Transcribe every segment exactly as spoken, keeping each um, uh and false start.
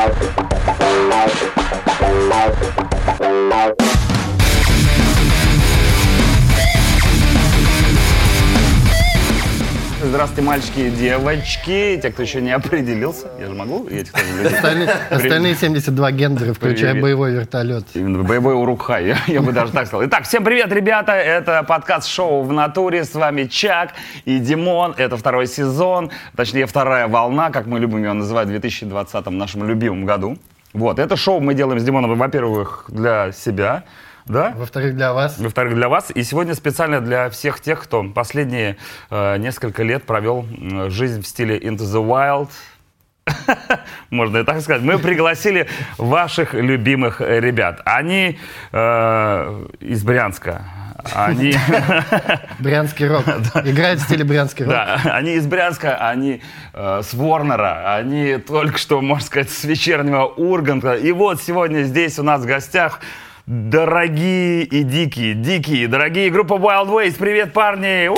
Здравствуйте, мальчики и девочки. Те, кто еще не определился. Я же могу этих тоже людей. Остальные, остальные семьдесят два гендера, включая привет. Боевой вертолет. Именно боевой урукхай, я, я бы даже так сказал. Итак, всем привет, ребята. Это подкаст-шоу «В натуре». С вами Чак и Димон. Это второй сезон, точнее, вторая волна, как мы любим ее называть, в две тысячи двадцатом, нашем любимом году. Вот, это шоу мы делаем с Димоном, во-первых, для себя. Да? Во-вторых, для вас. Во-вторых, для вас. И сегодня специально для всех тех, кто последние э, несколько лет провел э, жизнь в стиле Into the Wild. Можно и так сказать. Мы пригласили ваших любимых ребят. Они э, из Брянска. Они... Брянский рок. Играют в стиле брянский рок. Да, они из Брянска, они э, с Ворнера, они только что, можно сказать, с вечернего Урганта. И вот сегодня здесь у нас в гостях дорогие и дикие, дикие, дорогие группа Wild Ways. Привет, парни!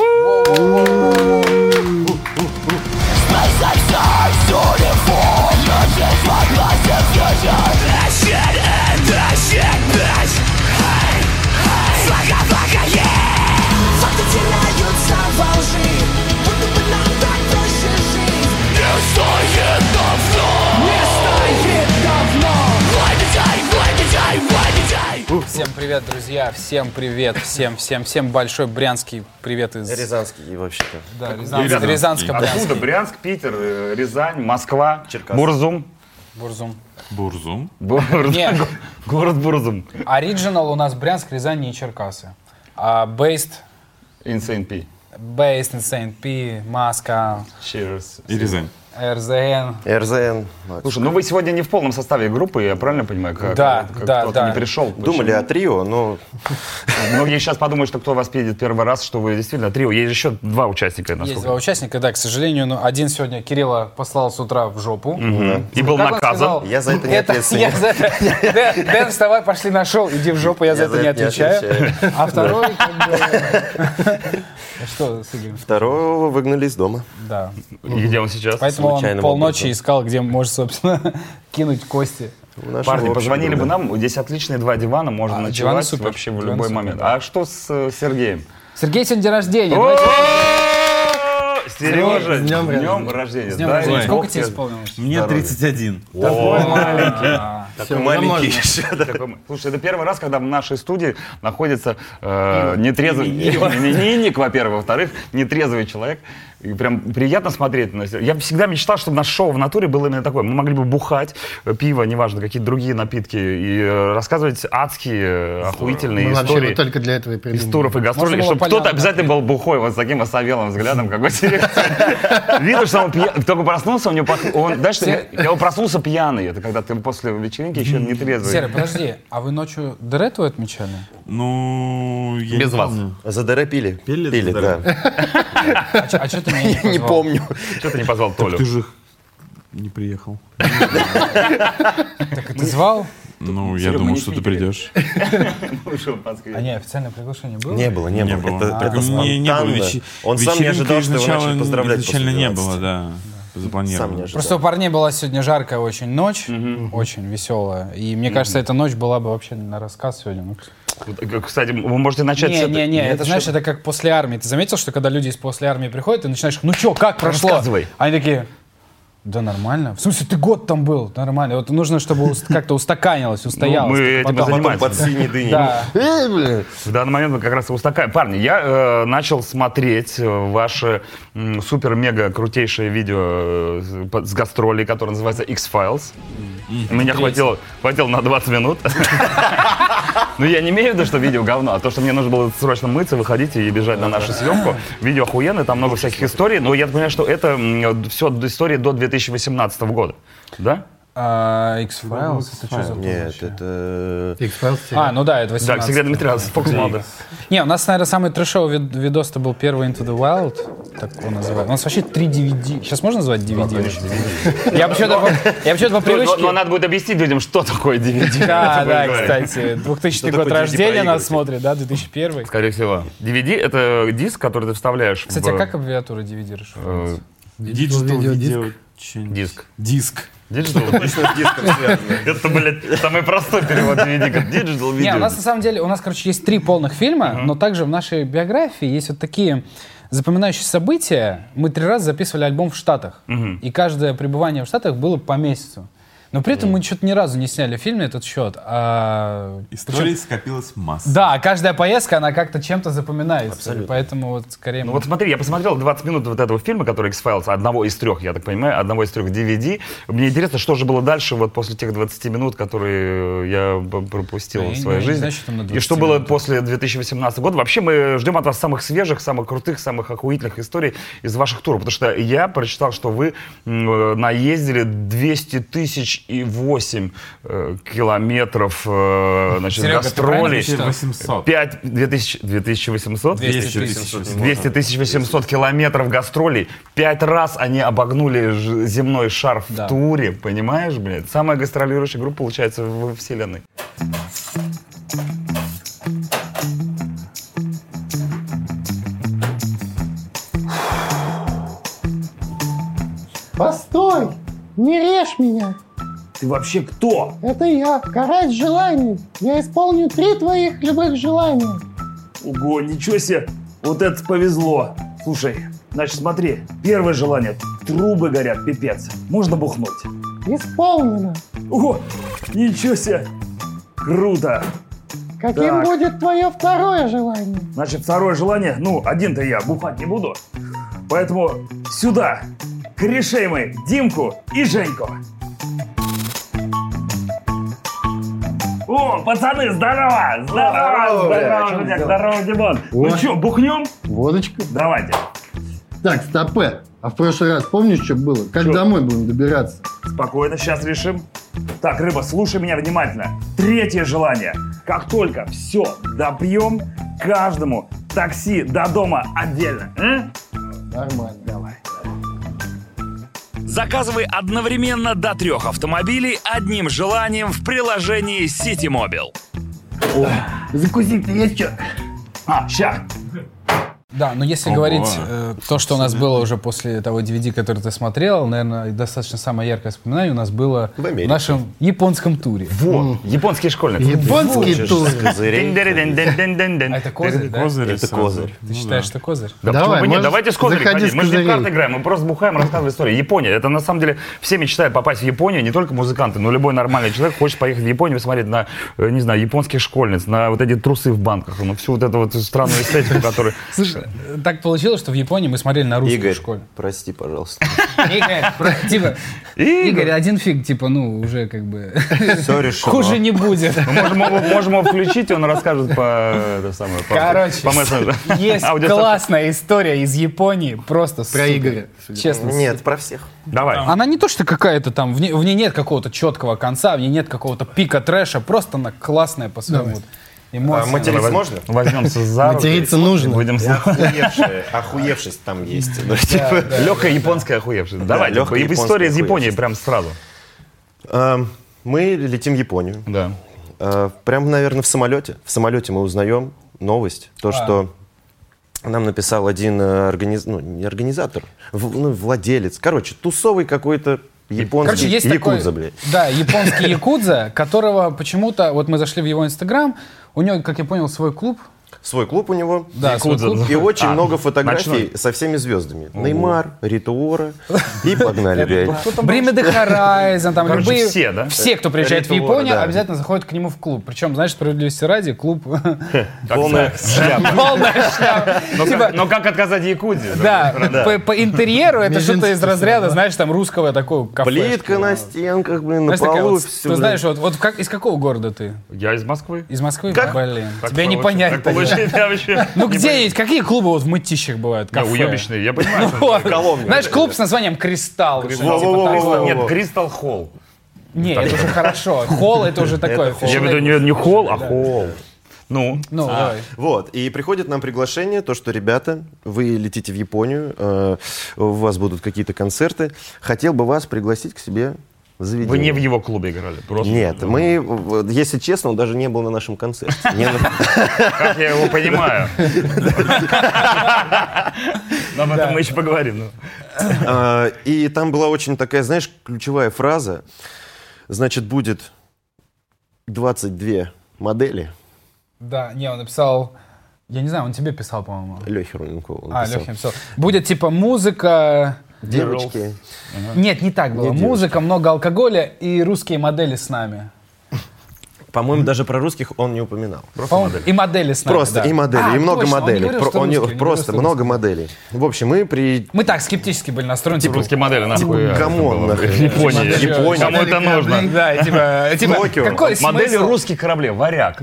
Всем привет, друзья! Всем привет! Всем, всем, всем большой брянский привет из... Рязанский вообще-то. Да, Рязанск, Рязанско-Брянский. Откуда? Брянск, Питер, Рязань, Москва, Черкас. Бурзум. Бурзум. Бурзум? Бурзум. Нет. Город Бурзум. Оригинал у нас Брянск, Рязань и Черкасы. А based... In Saint P. Based in Saint P, Москва. Cheers. И Рязань. РЗН. РЗН. Слушай, ну вы сегодня не в полном составе группы, я правильно понимаю? Как, да, как да, кто-то да. не пришел. Думали о трио, но... Многие сейчас подумают, что кто вас видит первый раз, что вы действительно трио. Есть еще два участника. Есть два участника, да, к сожалению. Но один сегодня Кирилла послал с утра в жопу. Угу. И был как наказан. Я за это не ответственен. Дэн, Дэн, вставай, пошли на шоу, иди в жопу, я за это не отвечаю. А второй, как бы... Что с Игорем? Второго выгнали из дома. Да. И где он сейчас? Поэтому он полночи искал, где может, собственно, кинуть кости. Парни, позвонили бы нам, здесь отличные два дивана, можно А, ночевать супер. вообще в Диваны любой супер, момент. да. А что с э, Сергеем? Сергей сегодня день рождения. О, Давайте. Сережа, С днем днем рождения. С днем Дай рождения. бог Сколько тебе тебе исполнилось? Мне тридцать один. О, А, Такой маленький еще. такой- Слушай, это первый раз, когда в нашей студии находится э, нетрезвый... Именинник, во-первых. Во-вторых, нетрезвый человек. И прям приятно смотреть на это. Я всегда мечтал, чтобы наше шоу в натуре было именно такое. Мы могли бы бухать, э, пиво, неважно, какие-то другие напитки, и э, рассказывать адские, э, охуительные Мы вообще истории вот только для этого и из придумали. туров и гастролей, Можно было чтобы кто-то поляну обязательно был бухой, вот с таким осовелым взглядом, какой то видно, что он пьян, только проснулся, у него пах- он, дальше, я проснулся пьяный, это когда ты после вечеринки еще не трезвый. Серый, подожди, а вы ночью Дерету отмечали? Ну, я Без не вас. помню. За ДР пили? Пили за Пили, ДР? да. А что ты меня не позвал? Не помню. Что ты не позвал Толю? Ты же не приехал. Так ты звал? Ну, я Серега, мы думал, не что ты Питере. придешь. Ушел, подскажи. А не, официальное приглашение было? Не было, не Не было. было. Это, это Не- не было. спонтанно. Веч- Он сам не вечеринки ожидал, что его изначально- начали поздравлять Изначально после не двенадцати. было, да. Сам не Запланировано. ожидал. Просто у парней была сегодня жаркая очень ночь, очень веселая. И мне кажется, эта ночь была бы вообще на рассказ сегодня. Ну, Вот, кстати, вы можете начать с этого. Не-не-не, это знаешь, это как после армии. Ты заметил, что когда люди из после армии приходят, ты начинаешь, ну чё, как прошло? Рассказывай. Они такие, да нормально. В смысле, ты год там был? Нормально. Вот нужно, чтобы уст- как-то устаканилось, устоялось. мы этим и Потом- занимаемся. Под синей дыней. Да. Эй, блин. В данный момент мы как раз устакаем. Парни, я э, начал смотреть э, ваше м, супер-мега-крутейшее видео э, с- с гастролей, которое называется X-Files. Меня хватило, хватило на двадцать минут. Но я не имею в виду, что видео говно, а то, что мне нужно было срочно мыться, выходить и бежать на нашу съемку. Видео охуенное, там много всяких историй, но я понимаю, что это все истории до две тысячи восемнадцатого года. Да? А, X-Files? Это что за Нет, вообще? это... X-Files. А, ну да, это Да, восемнадцать. секрет Дмитрия, Фокс Молда. Не, у нас, наверное, самый трэшовый вид- видос-то был первый Into the Wild, так его называют. У нас вообще три ди ви ди. Сейчас можно назвать ди ви ди? Я почему-то по, я почему-то по привычке... Но надо будет объяснить людям, что такое ди ви ди. Да, Это да, будет говорить. кстати. двухтысячный Что год такое рождения нас ди ви ди смотрит, да, две тысячи первый. Скорее всего. ди ви ди — это диск, который ты вставляешь Кстати, в... а как аббревиатура ди ви ди расшифровывается? Digital Видеодиск. видео. Че-нибудь. Диск. Диск. Digital? Это, блядь, самый простой перевод ди ви ди, как digital Не, у video. нас на самом деле, у нас, короче, есть три полных фильма, но также в нашей биографии есть вот такие запоминающие события. Мы три раза записывали альбом в Штатах, и каждое пребывание в Штатах было по месяцу. Но при этом мы что-то ни разу не сняли фильм на этот счет. А... Историй скопилась масса. Да, каждая поездка, она как-то чем-то запоминается. Абсолютно. Поэтому вот скорее... Ну мы- вот смотри, я посмотрел двадцать минут вот этого фильма, который X-Files, одного из трех, я так понимаю, одного из трех ди ви ди. Мне интересно, что же было дальше вот после тех двадцати минут, которые я б- пропустил Я в не- своей я не жизни. знаю, что там на И двадцати что было минутах. после две тысячи восемнадцатого года. Вообще мы ждем от вас самых свежих, самых крутых, самых охуительных историй из ваших туров. Потому что я прочитал, что вы м, наездили двести тысяч и восемь э, километров э, значит, Серега, ты правильно гастролей. посчитал? восемьсот. пять, две тысячи, две тысячи восемьсот? двести тысяч. двести тысяч восемьсот километров гастролей. Пять раз они обогнули ж- земной шар в Да. туре. Понимаешь, блядь? Самая гастролирующая группа получается в вселенной. Постой! Не режь меня! Ты вообще кто? Это я, карать желаний. Я исполню три твоих любых желания. Ого, ничего себе. Вот это повезло. Слушай, значит, смотри. Первое желание. Трубы горят, пипец. Можно бухнуть? Исполнено. Ого, ничего себе. Круто. Каким Так. будет твое второе желание? Значит, второе желание. Ну, один-то я бухать не буду. Поэтому сюда. Корешей мы, Димку и Женьку. О, пацаны, здорово! Здорово! Здорово, Женек, здорово, Димон. Ну О. что, бухнем? Водочка. Давайте. Так, стопэ. А в прошлый раз помнишь, что было? Как Чё? домой будем добираться? Спокойно, сейчас решим. Так, Рыба, слушай меня внимательно. Третье желание. Как только все добьем, каждому такси до дома отдельно. А? Нормально. Давай. Заказывай одновременно до трех автомобилей одним желанием в приложении Ситимобил. Закусить-то есть что? А, ща. Да, но если Ого. говорить э, то, что у нас было уже после того ди ви ди, который ты смотрел, наверное, достаточно самое яркое воспоминание у нас было В Америке. в нашем японском туре. Вот, японские школьницы. Японский тур. Дин-дин-дин-дин-дин-дин. А это козырь, да? Козырь Это сразу. козырь. Ты считаешь, что козырь? Да Давай, почему бы нет? можешь Давайте с козырей заходи ходить. с Мы же не в козырей. карты играем, мы просто бухаем, рассказываем истории. Япония, это на самом деле все мечтают попасть в Японию, не только музыканты, но любой нормальный человек хочет поехать в Японию, посмотреть на, э, не знаю, японских школьниц, на вот эти трусы в банках, ну всю вот эту вот странную эстетику, которую... Слушай, так получилось, что в Японии мы смотрели на русскую Игорь, школе. прости, пожалуйста. Игорь, про- типа, Игорь. Игорь, один фиг, типа, ну, уже как бы Все решено. хуже не будет. Мы можем его, можем его включить, и он расскажет по, это самое, по, Короче, по мессенджеру. есть Аудиосообщение. классная история из Японии, просто Про супер. Игоря. Честно. Нет, про всех. Давай. Она не то, что какая-то там, в ней, в ней нет какого-то четкого конца, в ней нет какого-то пика трэша, просто она классная по своему вот эмоциям. А материться Давай можно? Возьмемся за руки. Материться нужно. Будем Охуевшая, охуевшесть там есть. Ну, типа, легкая японская охуевшая. Давай, легкая и японская история из Японии охуевшесть. прям сразу. эм, Мы летим в Японию. Да. Э, Прям, наверное, в самолете. В самолете мы узнаем новость. То, что нам написал один э, организ- ну, не организатор, в- ну, владелец. Короче, тусовый какой-то японский Короче, есть якудза, такой, блядь. да, японский якудза, которого почему-то, вот мы зашли в его инстаграм, у него, как я понял, свой клуб. Свой клуб у него. Да, свой Якудза. клуб. И очень А, много фотографий ночной. со всеми звездами. Неймар, Рита Ора. И погнали, блядь. Бриме де Хорайзен, там Короче, любые... все, да? Все, кто приезжает в Рита Ора, Японию, да. обязательно заходят к нему в клуб. Причем, знаешь, справедливости ради, клуб... Полная шляпа. Полная шляпа. Но, Типа, как, но как отказать Якудзе? да, по, по интерьеру это что-то из Межинский разряда, знаешь, там русского такого кафе. Плитка на стенках, блин, на Знаешь, такая полу. вот, всё, ты блин. знаешь, вот, вот как, из какого города ты? Я из Москвы. Из Москвы? Как? Блин, Как тебя не получилось? понять. Как тогда. получилось? Я вообще Ну не где есть, какие клубы вот в Мытищах бывают? понимаю. Кафе? Да, уебищные, я понимаю. что Вот. Коломня. Знаешь, клуб с названием «Кристалл». это. что-то типа Во-во-во-во-во. такого. Нет, Кристал Холл. Не, это уже хорошо. Холл это уже такое. холл. Я имею в виду не, не холл, а холл. Ну, Ну, давай. Вот, и приходит нам приглашение, то, что, ребята, вы летите в Японию, э, у вас будут какие-то концерты, хотел бы вас пригласить к себе заведение. Вы не в его клубе играли? Просто... Нет, мы, вот, если честно, он даже не был на нашем концерте. Не на- Как я его понимаю. Но об этом мы еще поговорим. А, И там была очень такая, знаешь, ключевая фраза. Значит, будет двадцать две модели. Да, не, он написал... Я не знаю, он тебе писал, по-моему. Лехе Руленкову он А, писал. Леха написал. Будет типа музыка... Девочки. Нет, не так было. Не Музыка, много алкоголя и русские модели с нами. По-моему, даже про русских он не упоминал. По-моему, и модели с нами. Просто да. и модели, А, и много точно, он не моделей. говорил, Про- что он не- русский, он не Просто говорил, что много русский. моделей. В общем, мы при... Мы так скептически были настроены. Типа, Русские модели, нахуй. камон, нахрен. Япония. Япония. Кому это нужно? Да, типа, типа Токио. какой Модели смысл? русских кораблей, варяг.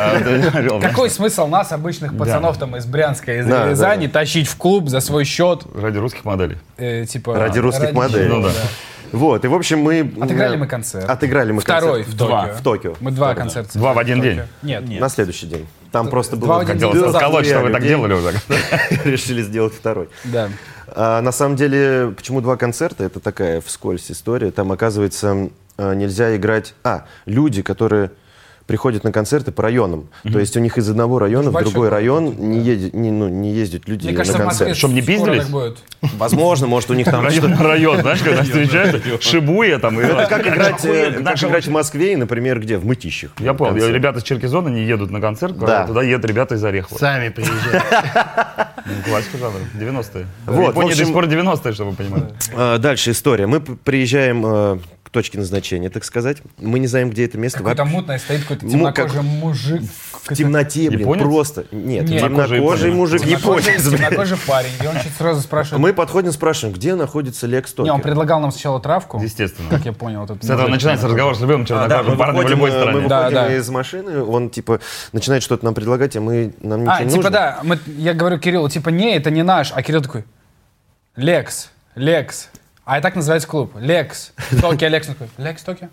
А, Какой смысл нас, обычных пацанов там из Брянска, из Да, Рязани, тащить в клуб за свой счет? Ради русских моделей. э, типа, Ради русских моделей. чего, Ну да. Вот, и в общем мы... Отыграли мы концерт. Отыграли мы Второй концерт. в Токио. Два. В Токио. Мы два Второй. концерта. Два в один в Токио. день? Нет, нет. На следующий день. Там просто Два было... в один Хотел день. расколоть, что вы так людей. делали уже. Решили сделать второй. Да. А, на самом деле, почему два концерта? Это такая вскользь история. Там, оказывается, а, нельзя играть... А, люди, которые приходят на концерты по районам. То есть у них из одного района в большой другой город, район не, едет, не, ну, не ездят люди Мне на кажется, в Москве концерт. Чтоб не скоро пиздились? так будет. Возможно, может, у них там... Район, район, знаешь, когда встречают, Шибуя там. и- Это как играть, э, Охуенно, как наша играть в очень- Москве и, например, где? В Мытищах. Я понял, Концерт. ребята из Черкизона не едут на концерт, Да. туда едут ребята из Орехова. Сами приезжают. Ну, классика жанра, девяностые. Вот, В в Японии общем- до сих пор девяностые, чтобы вы понимали. А, дальше история. Мы п- приезжаем э, к точке назначения, так сказать. Мы не знаем, где это место. Какой-то Вообще. мутный стоит какой-то Му- темнокожий как- мужик. В темноте, блин, Японец? просто. Нет, Нет, темнокожий темнокожий японец. мужик Темнокожий, японец. блин. темнокожий парень. И он что-то сразу спрашивает. Мы подходим, спрашиваем, где находится Лекс Не, он Токио. предлагал нам сначала травку. Естественно. Как я понял. Вот этот С этого мужик. начинается разговор с любым А, да, чернокожим мы парнем в выходим, любой э, мы стране. Да, выходим да. из машины, он типа начинает что-то нам предлагать, а мы нам ничего А, не типа нужно. да, мы- я говорю Кириллу, типа не, это не наш. А Кирилл такой, Лекс, Лекс. А и так называется клуб. Лекс. Токио, Лекс. Он такой, Лекс, Токио.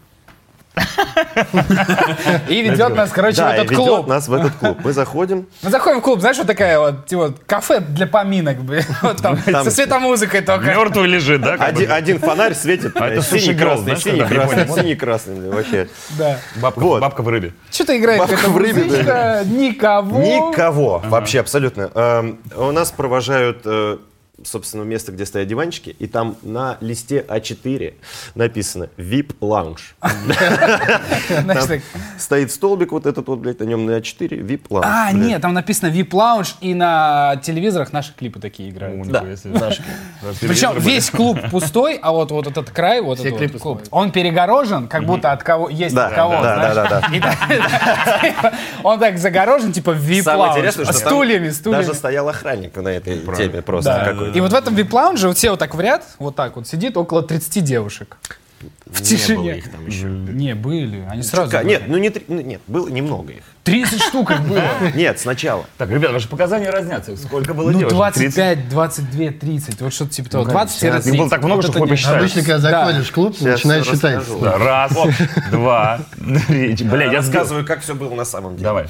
И ведет нас, короче, в Да, и этот ведет клуб. нас в этот клуб. Мы заходим, Мы заходим в клуб, знаешь, вот такая вот, типа, кафе для поминок, блин. Вот там, Там- со светомузыкой только. Мертвый лежит, да? как бы? один, один фонарь светит, А это синий, суши-грилл, красный, знаешь, синий, когда в красный, Японии? синий, красный, блин, вообще. Да. Бабка, Вот. бабка в рыбе. Что-то играет Бабка какая-то в рыбе, музычка, никого. Никого, вообще абсолютно. Эм, У нас провожают, э, собственно, место, где стоят диванчики, и там на листе а четыре написано ви ай пи-лаунж. Знаешь, Там так, стоит столбик вот этот вот, блядь, на нем на а четыре ви ай пи-лаунж. А, блядь. нет, там написано ви ай пи Lounge, и на телевизорах наши клипы такие играют. Да, Нихуя себе. наш. Причем весь клуб пустой, а вот, вот этот край, вот этот клипы вот клуб, смотрят. он перегорожен, как будто от кого есть Да, от кого, да, знаешь. да, да, да. И так, он так загорожен, типа в ви ай пи Самое Lounge. интересное, что там стульями, стульями. даже стоял охранник на этой теме просто Да. какой-то. И вот в этом ви ай пи Lounge вот все вот так в ряд, вот так вот сидит около тридцати девушек. В тишине. их там еще. Не, были. Они сразу. Ка- были. Нет, ну не три- ну, нет, было немного их. тридцать штук их было. Нет, сначала. Так, ребят, ваши показания разнятся. Сколько было Ну, девушек? двадцать тридцать? пять, двадцать два, тридцать. Вот что-то типа того. двадцать тридцать. Их было так много, что это хоть не- посчитай. Обычно, когда заходишь в клуб, Сейчас начинаешь считать. расскажу. Да, раз, два, три. Бля, я сбил. рассказываю, как все было на самом деле. Давай.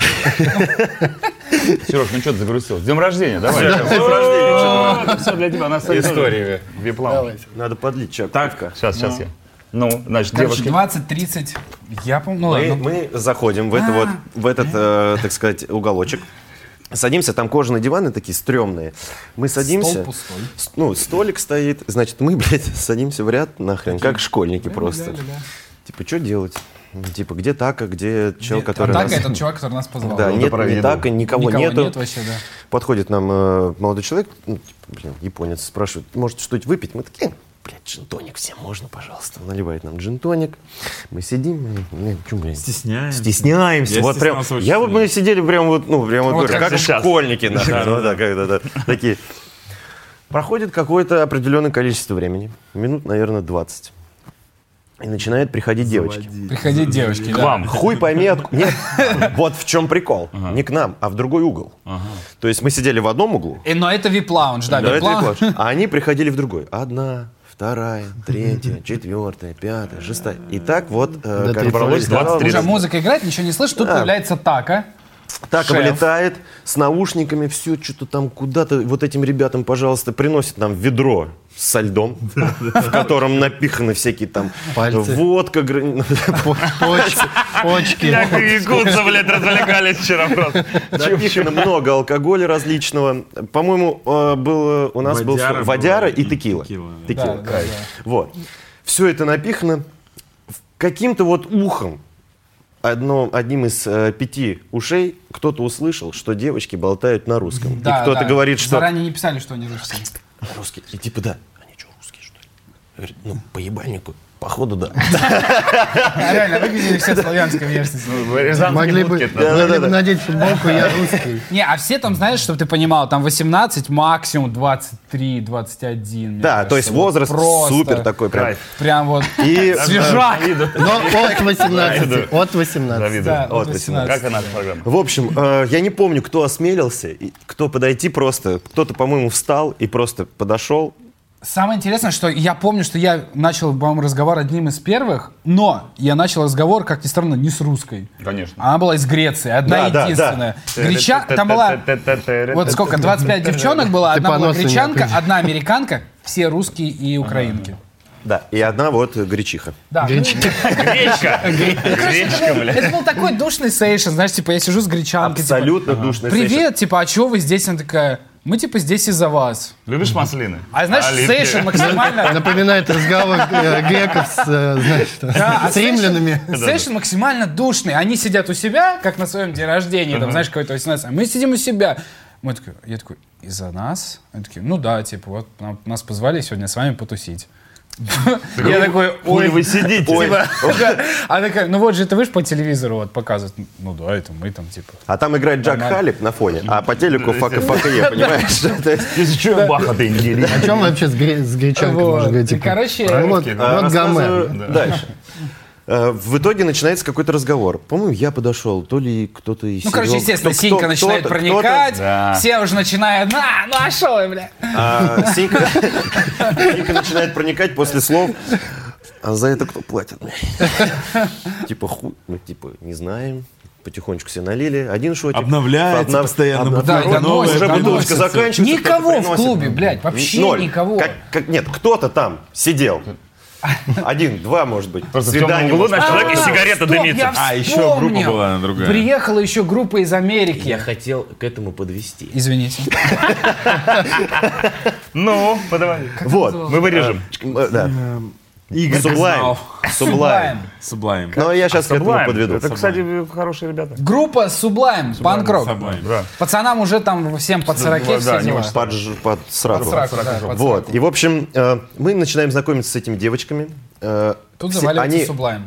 Сереж, ну что ты загрустил? С днем рождения, давай. С днем рождения, Все для тебя, на истории. Виплан. Надо подлить чак. Так, Сейчас, сейчас я. Ну, значит, Короче, девушки. двадцать тридцать. Я помню. Ну, Мы, ладно. мы заходим в, это вот, в этот, э, так сказать, уголочек. Садимся, там кожаные диваны такие стрёмные. Мы садимся. Стол пустой. с- Ну, столик стоит. Значит, мы, блядь, садимся в ряд нахрен, как школьники просто. Типа, что делать? Ну, Типа, где Така, где чел, который Так, нас... этот чувак, который нас позвал. Да, Ну, нет, ты про не еду. Така, никого, Никого нету. нет вообще, да. Подходит нам э, молодой человек, ну, типа, блин, японец, спрашивает, может что-нибудь выпить? Мы такие, блядь, джин-тоник всем можно, пожалуйста. Он наливает нам джин-тоник. Мы сидим, блин, блин, чё, блин, стесняемся. стесняемся. Я вот прям, стеснялся очень я вот сильно. мы сидели прям вот, ну, прям вот, Вот говорю, как как сейчас. школьники, нахрен, вот так, как-то, да, такие. Проходит какое-то определенное количество времени, минут, наверное, двадцать. И начинают приходить девочки. Приходить девочки, К да. вам. Хуй пойми, откуда. Нет, вот в чем прикол. Не к нам, а в другой угол. То есть мы сидели в одном углу, И, но это ви ай пи Lounge, да, да, ви ай это пи и Lounge. плачь. А они приходили в другой. Одна, вторая, третья, четвертая, пятая, шестая. И так вот, э, Да как ты бы Собралось сказал, двадцать Уже тридцать. музыка играет, ничего не слышишь, тут Да. появляется Така. Так Шеф. вылетает с наушниками, все что-то там куда-то. Вот этим ребятам, пожалуйста, приносят нам ведро со льдом, в котором напиханы всякие там Пальцы. водка, грани- Почки. Почки. Как якутцы, блядь, развлекались вчера просто. напихано много алкоголя различного. По-моему, э, был, у нас был Водяра водяра была и и текила. текила. Текила. Да, да, да. Вот. Все это напихано каким-то вот ухом. Одно, одним из э, пяти ушей кто-то услышал, что девочки болтают на русском. Да, и кто-то да. говорит, что... Заранее не писали, что они русские. Русские. И типа, да. Они что, русские, что ли? Говорит, ну, по ебальнику. Походу, да. А реально, выглядели все славянской внешности. Рязанские Могли бы, будки это. могли бы Да-да-да. надеть футболку «Я русский». Не, а все там, знаешь, чтобы ты понимал, там восемнадцать, максимум двадцать три, двадцать один. мне Да, кажется. то есть Вот возраст просто супер такой прям. Кайф. Прям вот И свежак. Но от восемнадцати. От восемнадцати. Завидую. Да, от от восемнадцати. Как она наша программа? В общем, э, я не помню, кто осмелился, и кто подойти просто. Кто-то, по-моему, встал и просто подошел. Самое интересное, что я помню, что я начал, по-моему, разговор одним из первых, но я начал разговор, как ни странно, не с русской. Конечно. Она была из Греции, одна Да, да, единственная. Греча... Там была, вот сколько, двадцать пять девчонок было, Ты одна по была носу не гречанка, определил. одна американка, все русские и украинки. Да, и одна вот гречиха. Да. Гречка. Гречка, блядь. Это был такой душный сейшн, знаешь, типа я сижу с гречанкой, типа, Абсолютно душный сейшн. привет, типа, а чего вы здесь? Она такая, мы типа здесь из-за вас. Любишь маслины? А знаешь, Оливки. сейшн максимально... Напоминает разговор э, греков с, э, знаешь, Да, а с римлянами. Сейшн максимально душный. Они сидят у себя, как на своем день рождения, там, знаешь, какой-то восемнадцатый. А мы сидим у себя. Мы такой, я такой, из-за нас? Они такие, ну да, типа, вот нам- нас позвали сегодня с вами потусить. Я такой, Хули ой, вы сидите? типа, да. Она такая, ну вот же это вы же по телевизору вот показывают. Ну да, это мы там, типа. А там играет Джак Нормально. Халиб на фоне, а по телеку фака фака е, понимаешь? То есть, Если что, баха ты не О чем вообще с, гре- с гречанкой Вот. можно говорить? И, Типа, короче, ну вот, а, вот рассказываю Гомер. дальше. Э, В итоге начинается какой-то разговор. По-моему, я подошел, то ли кто-то из ну, короче, сидел- естественно, кто- Синька кто- начинает кто-то- проникать, Да. все уже начинают, на, ну а шо вы, бля? А, Синька Синька начинает проникать после слов. А за это кто платит? Типа хуй, ну типа не знаем. Потихонечку все налили. Один шотик. Обновляется постоянно, обнов- Да, бутылка да, новая, носит, Уже да, бутылочка носится. заканчивается. Никого кто-то в приносит. клубе, блядь, вообще Ноль. никого. Как- как- нет, кто-то там сидел. Один, два, может быть. Просто в темном Свидание, углу может, наш человек и А, сигарета стоп, дымится. я А, еще вспомнил. группа была другая. Приехала еще группа из Америки. Я хотел к этому подвести. Извините. Ну, подавай. Вот. Мы вырежем. Э, Да. Игорь Сублайм. знал. Сублайм. Sublime. Но я сейчас к этому Sublime. подведу. Это, кстати, хорошие ребята. Группа Sublime, панк-рок. Sublime. Да. Пацанам уже там всем под сорок, Да, все не дела. очень Под, ж- под сраку. Под сраку, да, под Вот. сраку. И, в общем, э, мы начинаем знакомиться с этими девочками. Э, Тут все- заваливается они Sublime.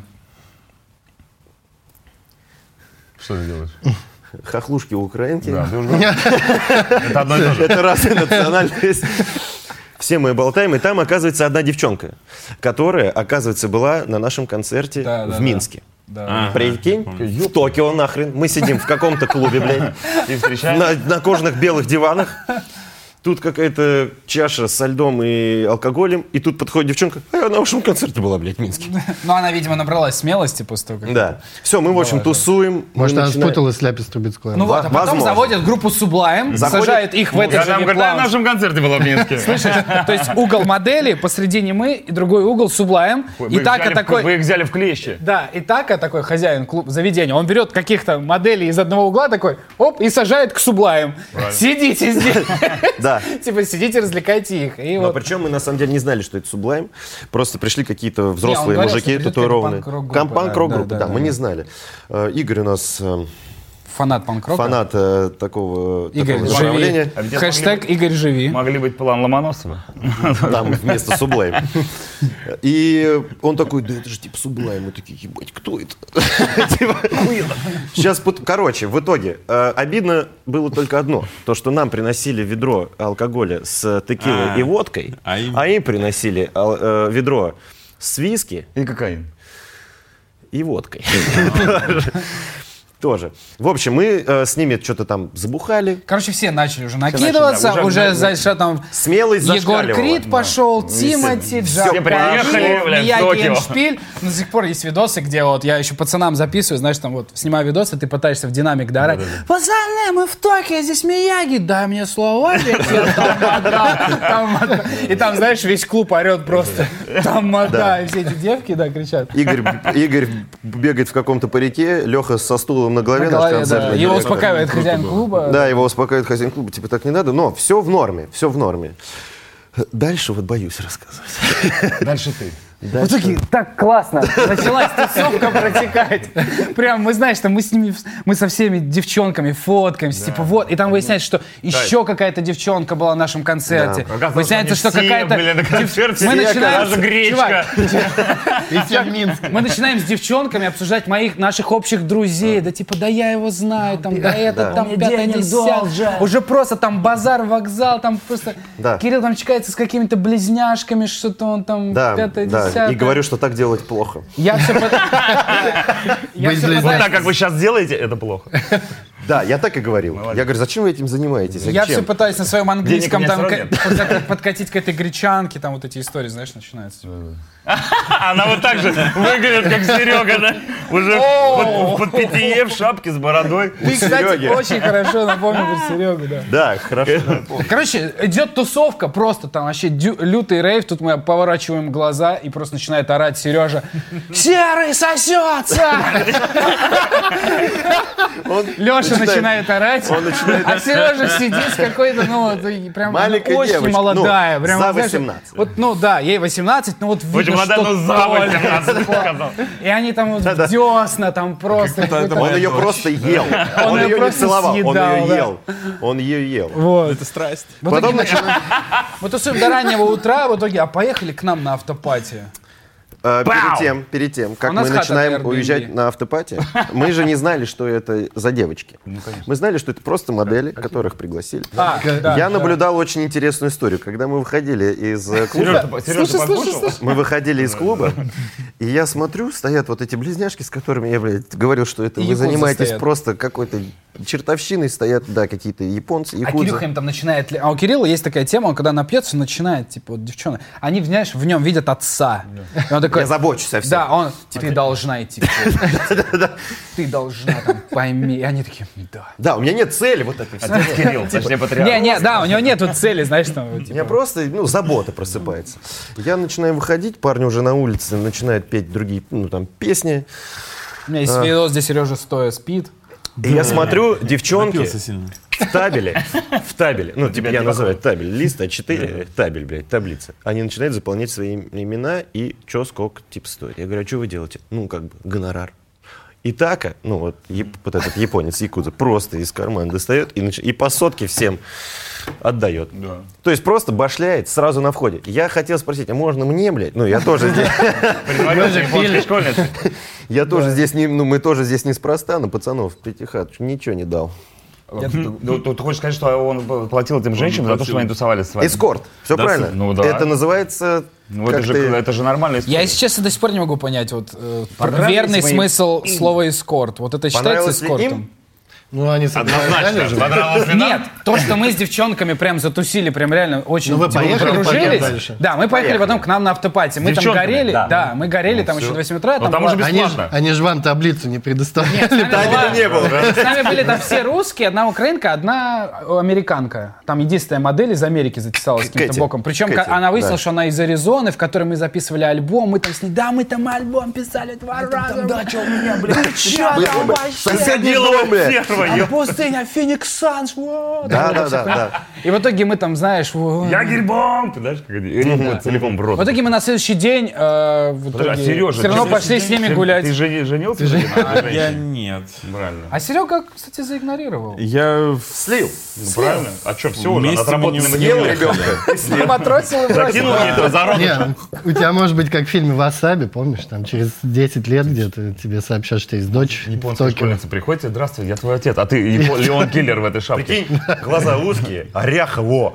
Что ты делаешь? хохлушки украинки. Да, ты уже- Это одно и то же. Это разная национальность. Все мы болтаем, и там оказывается одна девчонка, которая, оказывается, была на нашем концерте Да, да, в да. Минске. Да. Прикинь, в Токио нахрен. Мы сидим в каком-то клубе, блядь, И встречаем. на, на кожаных белых диванах. Тут какая-то чаша со льдом и алкоголем, и тут подходит девчонка, а я на вашем концерте была, блядь, в Минске. Ну, она, видимо, набралась смелости после того, как... Да. Все, мы, в общем, тусуем. мы Может, она начинаем- спуталась с Ляпис Трубецкой. Ну вот, а потом Возможно. заводят группу Sublime, Заходит- сажают их в этот Я же там говорю, да, на вип-лаунж. нашем концерте была в Минске. Слышишь? То есть угол модели, посредине мы, и другой угол Sublime. Вы И их Така взяли в- такой... Вы их взяли в клещи. Да, и Така такой хозяин клуб, заведения, он берет каких-то моделей из одного угла такой, оп, и сажает к Sublime. Сидите здесь. Да. Типа сидите, развлекайте их. И Но вот. причем мы на самом деле не знали, что это Sublime. Просто пришли какие-то взрослые говорил, что мужики придет татуированные. какая-то панк-рок-группа, Кам- Панк-рок да, группа, да, да, да, мы да. не знали. Э, Игорь у нас э, Фанат панк-рока. фанат э, такого, Игорь, такого живи. направления. А ведь это Хэштег Игорь, живи. Могли быть план Ломоносова. Там вместо Sublime. И он такой, да это же типа Sublime. Мы такие, ебать, кто это? Типа, охуенно. Сейчас, пот- короче, в итоге, э, обидно было только одно. То, что нам приносили ведро алкоголя с текилой А. и водкой, А им- а им приносили ал- э, ведро с виски И кокаин. и водкой. Тоже. В общем, мы э, с ними что-то там забухали. Короче, все начали уже накидываться, начали, да, уже, уже, дальше там Смелость Егор зашкаливала. Крид пошел, Тимати, Все Джак приехали, блядь, в Токио. Шпиль. Но до сих пор есть видосы, где вот я еще пацанам записываю, знаешь, там вот снимаю видосы, ты пытаешься в динамик доорать. Пацаны, мы в Токио, здесь Мияги, дай мне слова. И там, знаешь, весь клуб орет просто. Там мода, и все эти девки, да, кричат. Игорь, Игорь бегает в каком-то парике, Леха со стулом на голове. На голове, наш да. концертный Его директор. успокаивает хозяин клуба. Да, его успокаивает хозяин клуба, типа так не надо, но все в норме, все в норме. Дальше вот боюсь рассказывать. Дальше ты. В итоге так классно началась тусовка протекать. Прям мы, знаешь, там мы с ними, мы со всеми девчонками фоткаемся, типа вот, и там выясняется, что еще какая-то девчонка была на нашем концерте. Да. Выясняется, что Все какая-то... были на концерте, Мы все, начинаем... даже гречка. И все в Минске. Мы начинаем с девчонками обсуждать моих, наших общих друзей. Да типа, да я его знаю, там, да это, там, пятое, десятое. Уже просто там базар, вокзал, там просто... Да. Кирилл там чекается с какими-то близняшками, что-то он там Да, пятое, да, десятое. и говорю, что так делать плохо. Я все Быть близнецами. Вот так, как вы сейчас делаете, это плохо. Да, я так и говорил. Я говорю, зачем вы этим занимаетесь? Я все Зачем? пытаюсь на своем английском Денег у там меня к- всё равно подкат- подкатить к этой гречанке, там вот эти истории, знаешь, начинаются. Она вот так же выглядит, как Серега, да? Уже под, под питье, в шапке с бородой. Ты, кстати, Сереги. очень хорошо напомнил про Серегу, да. Да, хорошо. Короче, идет тусовка, просто там вообще дю- лютый рейв, тут мы поворачиваем глаза и просто начинает орать Сережа: «Серый сосется!» Леша начинает орать, а Сережа сидит с какой-то, ну, вот, и прям она Маленькая очень девочка, молодая. ну, прям, за знаешь, восемнадцать. Вот, ну да, ей восемнадцать, но вот видно, Очень молодая, что но за только. восемнадцать, сказал. И они там вот в десна, там просто... какой-то- Он ее просто ел. Он её ее не просто целовал, он съедал, ее да. ел. Он ее ел. Вот. Это страсть. В Потом итоге начинаем... мы тусуем до раннего утра, в итоге, а поехали к нам на автопати. Э, Бау! Перед тем, перед тем, как У нас мы хата начинаем на Airbnb. уезжать на автопати, мы же не знали, что это за девочки. Мы знали, что это просто модели, которых пригласили. А, да, Я да. наблюдал очень интересную историю. Когда мы выходили из э, Сережа, клуба, ты- Сережа, ты послушал? мы выходили из клуба, и я смотрю, стоят вот эти близняшки, с которыми я, блядь, говорил, что это И вы якудзы занимаетесь стоят. просто какой-то чертовщиной, стоят, да, какие-то японцы, А якудзы. Кирюха им там начинает... ли- А у Кирилла есть такая тема, он когда напьется, начинает, типа, вот девчонок, они, знаешь, в нем видят отца. И он такой... Я забочусь о всем. Да, он, ты должна идти. в клуб. Ты должна, там, пойми. И они такие, да. Да, у меня нет цели вот этой всей. Отец Кирилл, точнее, патриарх. Не, не, да, у него нет вот цели, знаешь, там, вот, У меня типа... просто, ну, забота просыпается. Я начинаю выходить, парни уже на улице начинают петь другие, ну, там, песни. У меня есть видос, где Сережа стоя спит. И я смотрю, девчонки Напился сильно. в табеле, в табеле, ну, типа тебя я не называю табель, лист а четыре, табель, блядь, таблица. Они начинают заполнять свои имена и что, сколько, типа, стоит. Я говорю, а что вы делаете? Ну, как бы, гонорар. И Така, ну, вот, яп- вот этот японец якудза, просто из кармана достает и, нач- и по сотке всем отдает. Да. То есть просто башляет сразу на входе. Я хотел спросить, а можно мне, блядь? Ну, я тоже здесь... Притворился японской школьницей. Я тоже здесь не, ну, мы тоже здесь неспроста на пацанов Пятихат ничего не дал. Ну, Ты хочешь сказать, что он платил этим женщинам за то, что они тусовались с вами? Эскорт, все Да, правильно? ну да. Это называется... Ну, это как же, ты- это же нормальная история. Я, если честно, до сих пор не могу понять вот э, Понравились верный мои- смысл слова эскорт. Вот это считается Понравилось ли эскортом? им? Ну, они Однозначно. согласились же. Понравилось ли нам? Нет, то, что мы с девчонками прям затусили, прям реально очень Ну, вы типа, поехали подружились. потом дальше? Да, мы поехали Поехали. потом к нам на автопати. Мы там девчонками? горели, Да. да, мы горели там еще до восьми утра. Ну, там была- уже без- Они, ж- Бесплатно. они же вам таблицу не предоставляли. С нами была- не было. С нами были там все русские, одна украинка, одна американка. Там единственная модель из Америки затесалась каким-то Кэти. боком. Причем Кэти, ка- она выяснила, да. что она из Аризоны, в которой мы записывали альбом. Мы там с ней, да, мы там альбом писали два раза. Да, что у меня, блядь, чё там вообще? Соседний Дело дом, блядь. первое, А ё- пустыня, Феникс Санс, вот. Да, Вот да, это всё, да, понимаешь? да. И в итоге мы там, знаешь, во- Ягербом! Ты знаешь, как это? Целиком в рот. в итоге мы на следующий день э, в Подожди, а итоге Сережа, все равно ты- пошли с ними Ты- гулять. Ты жени- женился? Ты Я нет. Правильно. А Серега, кстати, заигнорировал. Я в- Слил. Ну, правильно. А что, все уже, Вместе отработанный мы не Съел материал. ребенка. Матросил и бросил. Закинул мне это за рот. Не, у тебя может быть как в фильме «Васаби», помнишь, там через десять лет где-то тебе сообщат, что есть дочь в Японская Токио. школьница приходит, и, здравствуй, я твой отец. А ты Япо- Леон Киллер в этой шапке. Прикинь, глаза узкие, а ряха, во.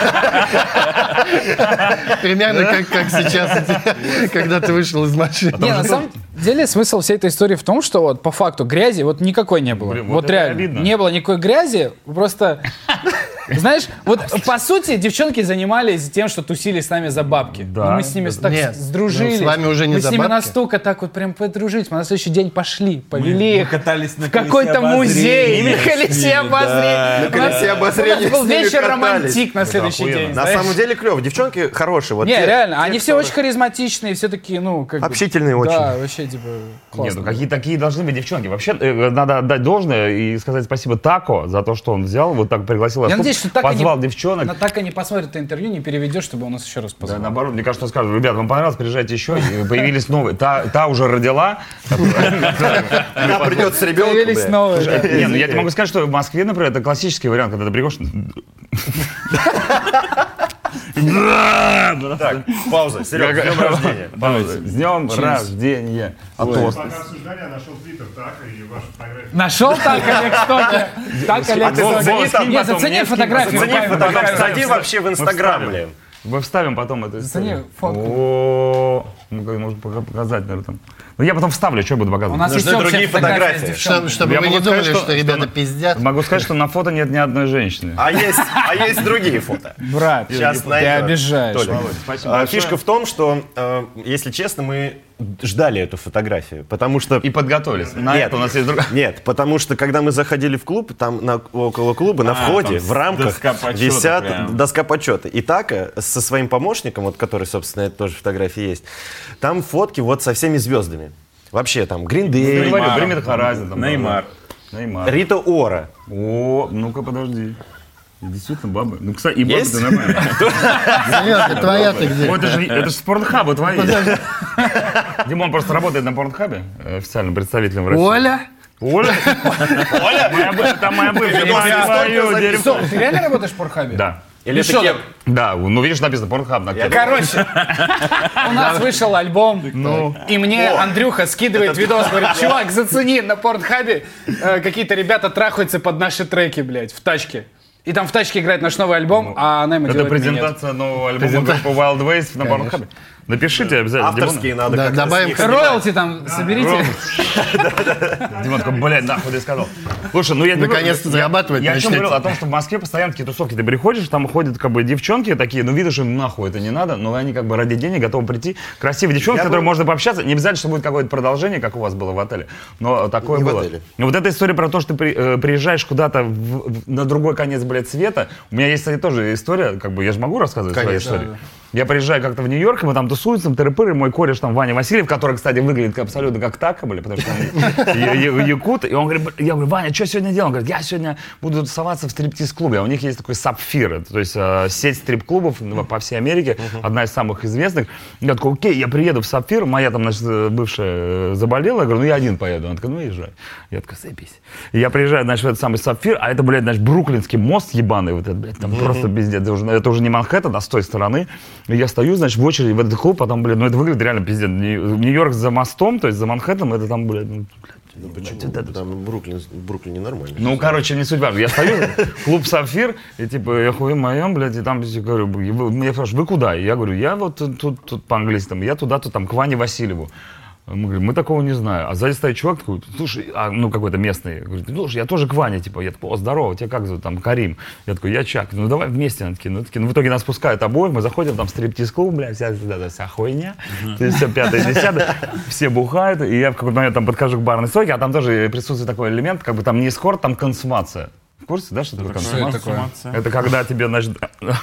Примерно как, как сейчас, у тебя, когда ты вышел из машины. Не, на самом деле смысл всей этой истории в том, что вот по факту грек Грязи вот никакой не было. Блин, вот вот это реально. обидно. Не было никакой грязи. Просто... Знаешь, вот по сути девчонки занимались тем, что тусили с нами за бабки. Да. Ну, мы с ними так Нет, сдружились. ну, с вами уже не мы за с ними бабки. настолько так вот прям подружились. Мы на следующий день пошли, повели Мы их катались на в какой-то музей, на колесе обозрения. На колесе обозрения У нас был с ними вечер катались. романтик на следующий охуенно. день. На знаешь. самом деле клево. Девчонки хорошие. Вот Не, те- реально, те, они все кто- очень харизматичные, все такие, ну, как бы- Общительные очень. Да, вообще, типа, классно. Нет, ну какие такие должны быть девчонки. Вообще, э, надо отдать должное и сказать спасибо Тако за то, что он взял, вот так пригласил Я нас, надеюсь, что так позвал они, девчонок. на так они посмотрят это интервью, не переведешь, чтобы он нас еще раз Да, позвал. наоборот, мне кажется, он скажет, ребят, вам понравилось, приезжайте еще. И появились новые. Та, та уже родила. Она придет с ребенком. Появились бля. новые. да. Не, ну я тебе могу сказать, что в Москве, например, это классический вариант, когда ты приходишь... Так, пауза. Серега, с днем рождения. Пауза. С днем рождения. А тост. Пока обсуждали, я нашел твиттер так и ваши фотографии. Нашел так, Олег, что-то. Так, Олег, А ты что-то. зацени там Нет, потом, зацени мне скинь, фотографию. Зацени руками, фотографию. руками. Зайди вообще в Инстаграм, вставим. блин. Мы вставим потом эту историю. фотку. О, ну, как можно пока показать, наверное, там. Ну, я потом вставлю, что я буду У показывать. нас есть Нужны общая другие фотография с фотографии. девчонками. Чтобы, чтобы Я вы могу не думали, сказать, что, что- ребята что- пиздят. Могу сказать, что на фото нет ни одной женщины. А есть, а есть другие фото. Брат, Сейчас ты найдем. обижаешь. Толя, Володь, спасибо а, большое. фишка в том, что, э, если честно, мы ждали эту фотографию, потому что... И подготовились. На Нет. это у нас есть другая. Нет, потому что когда мы заходили в клуб, там на, около клуба, на А, входе, там в рамках доска почета висят прям. доска почета. И Така со своим помощником, вот который, собственно, это тоже фотографии есть, там фотки вот со всеми звездами. Вообще там Green Я Day, говорю, Бремет Харазин. там, Неймар. да. Неймар. Рита Ора. О, ну-ка, подожди. Действительно, бабы. Ну, кстати, и бабы Есть? ты нормально. Серега, твоя-то где? Ой, это же это же спортхабы твои. Димон просто работает на порнхабе, э, официальным представителем в России. Оля? Оля? Оля? Моя бы- Там моя бывшая. Твою дерьмо. Что, ты реально работаешь в Порнхабе? Да. Или И это что кем? Да, ну видишь, написано порнхаб на кепке. Короче, у нас вышел альбом, Ну. и мне Андрюха скидывает видос, говорит, чувак, зацени, на Порнхабе э, какие-то ребята трахаются под наши треки, блядь, в тачке. И там в тачке играет наш новый альбом, а она ему Это делает минет. презентация нового альбома группы Wild Ways на порнхабе. Напишите обязательно. Авторские надо Да, как-то добавим с них Роялти там соберите. Димон такой, блядь, нахуй ты сказал. Слушай, ну я... Наконец-то я- зарабатывать Я о чем начнете. говорил? О том, что в Москве постоянно такие тусовки. Ты приходишь, там ходят как бы девчонки такие, ну видишь, им нахуй это не надо, но они как бы ради денег готовы прийти. Красивые девчонки, с Я которыми бы- можно пообщаться. Не обязательно, что будет какое-то продолжение, как у вас было в отеле. Но такое Не в было. отеле. Ну, вот эта история про то, что ты при- э, приезжаешь куда-то в- в- на другой конец, блядь, света. У меня есть, кстати, тоже история, как бы, я же могу рассказывать свою Конечно. историю. Я приезжаю как-то в Нью-Йорк, и мы там тусуемся, там тыры-пыры, мой кореш там Ваня Васильев, который, кстати, выглядит абсолютно как Така, блядь, потому что он я- я- якут. И он говорит, бля, я говорю, Ваня, что сегодня делал? Он говорит, я сегодня буду тусоваться в стриптиз-клубе. А у них есть такой Сапфир, это, то есть э, сеть стрип-клубов ну, по всей Америке, одна из самых известных. Я такой, окей, я приеду в Сапфир, моя там, значит, э, бывшая э, заболела, я говорю, ну я один поеду. Она такая, ну езжай. Я такой, заебись. И я приезжаю, значит, в этот самый Сапфир, а это, блядь, значит, Бруклинский мост ебаный, вот этот, блядь, там просто пиздец. Это уже, это уже не Манхэттен, а с той стороны. И я стою, значит, в очереди в этот клуб, потом, блядь, ну это выглядит реально пиздец. Нью- Нью-Йорк за мостом, то есть за Манхэттеном, это там, блядь, ну, Почему? Там Бруклин, Бруклине нормально. ну, короче, не суть важно. Я стою, клуб «Сапфир», и типа, я хуй моем, блядь, и там, я говорю, вы- мне спрашивают, вы куда? И я говорю, я вот тут, тут, тут по-английски, там, я туда-то, там, к Ване Васильеву. Мы говорим, мы такого не знаем. А сзади стоит чувак такой, слушай, а, ну какой-то местный, говорит, слушай, я тоже к Ване, типа, я такой, о, здорово, тебя как зовут, там, Карим. Я такой, я Чак, ну давай вместе. Они такие, ну, такие, ну в итоге нас пускают обоих, мы заходим, там, стриптиз-клуб, бля, вся, вся, вся хуйня, то есть все пятое, десятое, все бухают, и я в какой-то момент там подхожу к барной стойке, а там тоже присутствует такой элемент, как бы там не эскорт, там консумация. В курсе, да, что такое консумация? Это когда тебе, значит... Нет,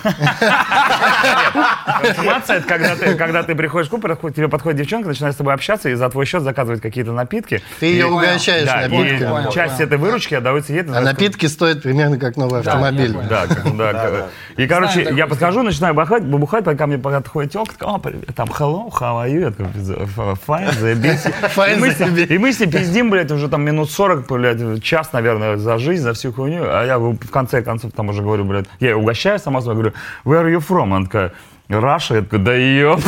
консумация — это когда ты, когда ты приходишь в клуб, подходит- тебе подходит девчонка, начинает с тобой общаться и за твой счет заказывать какие-то напитки. Ты ее И- угощаешь Да, и напитками. Понял, часть понял. этой выручки отдается ей. ты А знаешь, напитки стоят примерно как новый Да, автомобиль. я понял. да, как- да, как- И, короче, Знаю я такую подхожу, начинаю бухать, бухать, пока мне подходит телка, такая, о, привет, там, hello, how are you? Я такой, fine, заебись. Fine, И мы с ним- заебись. И мы с ним пиздим, блядь, уже там минут сорок, блядь, час, наверное, за жизнь, за всю хуйню. А я в конце концов там уже говорю, блядь, я ее угощаю сама собой, говорю, where are you from? Она такая, Раша, я такой, да ёб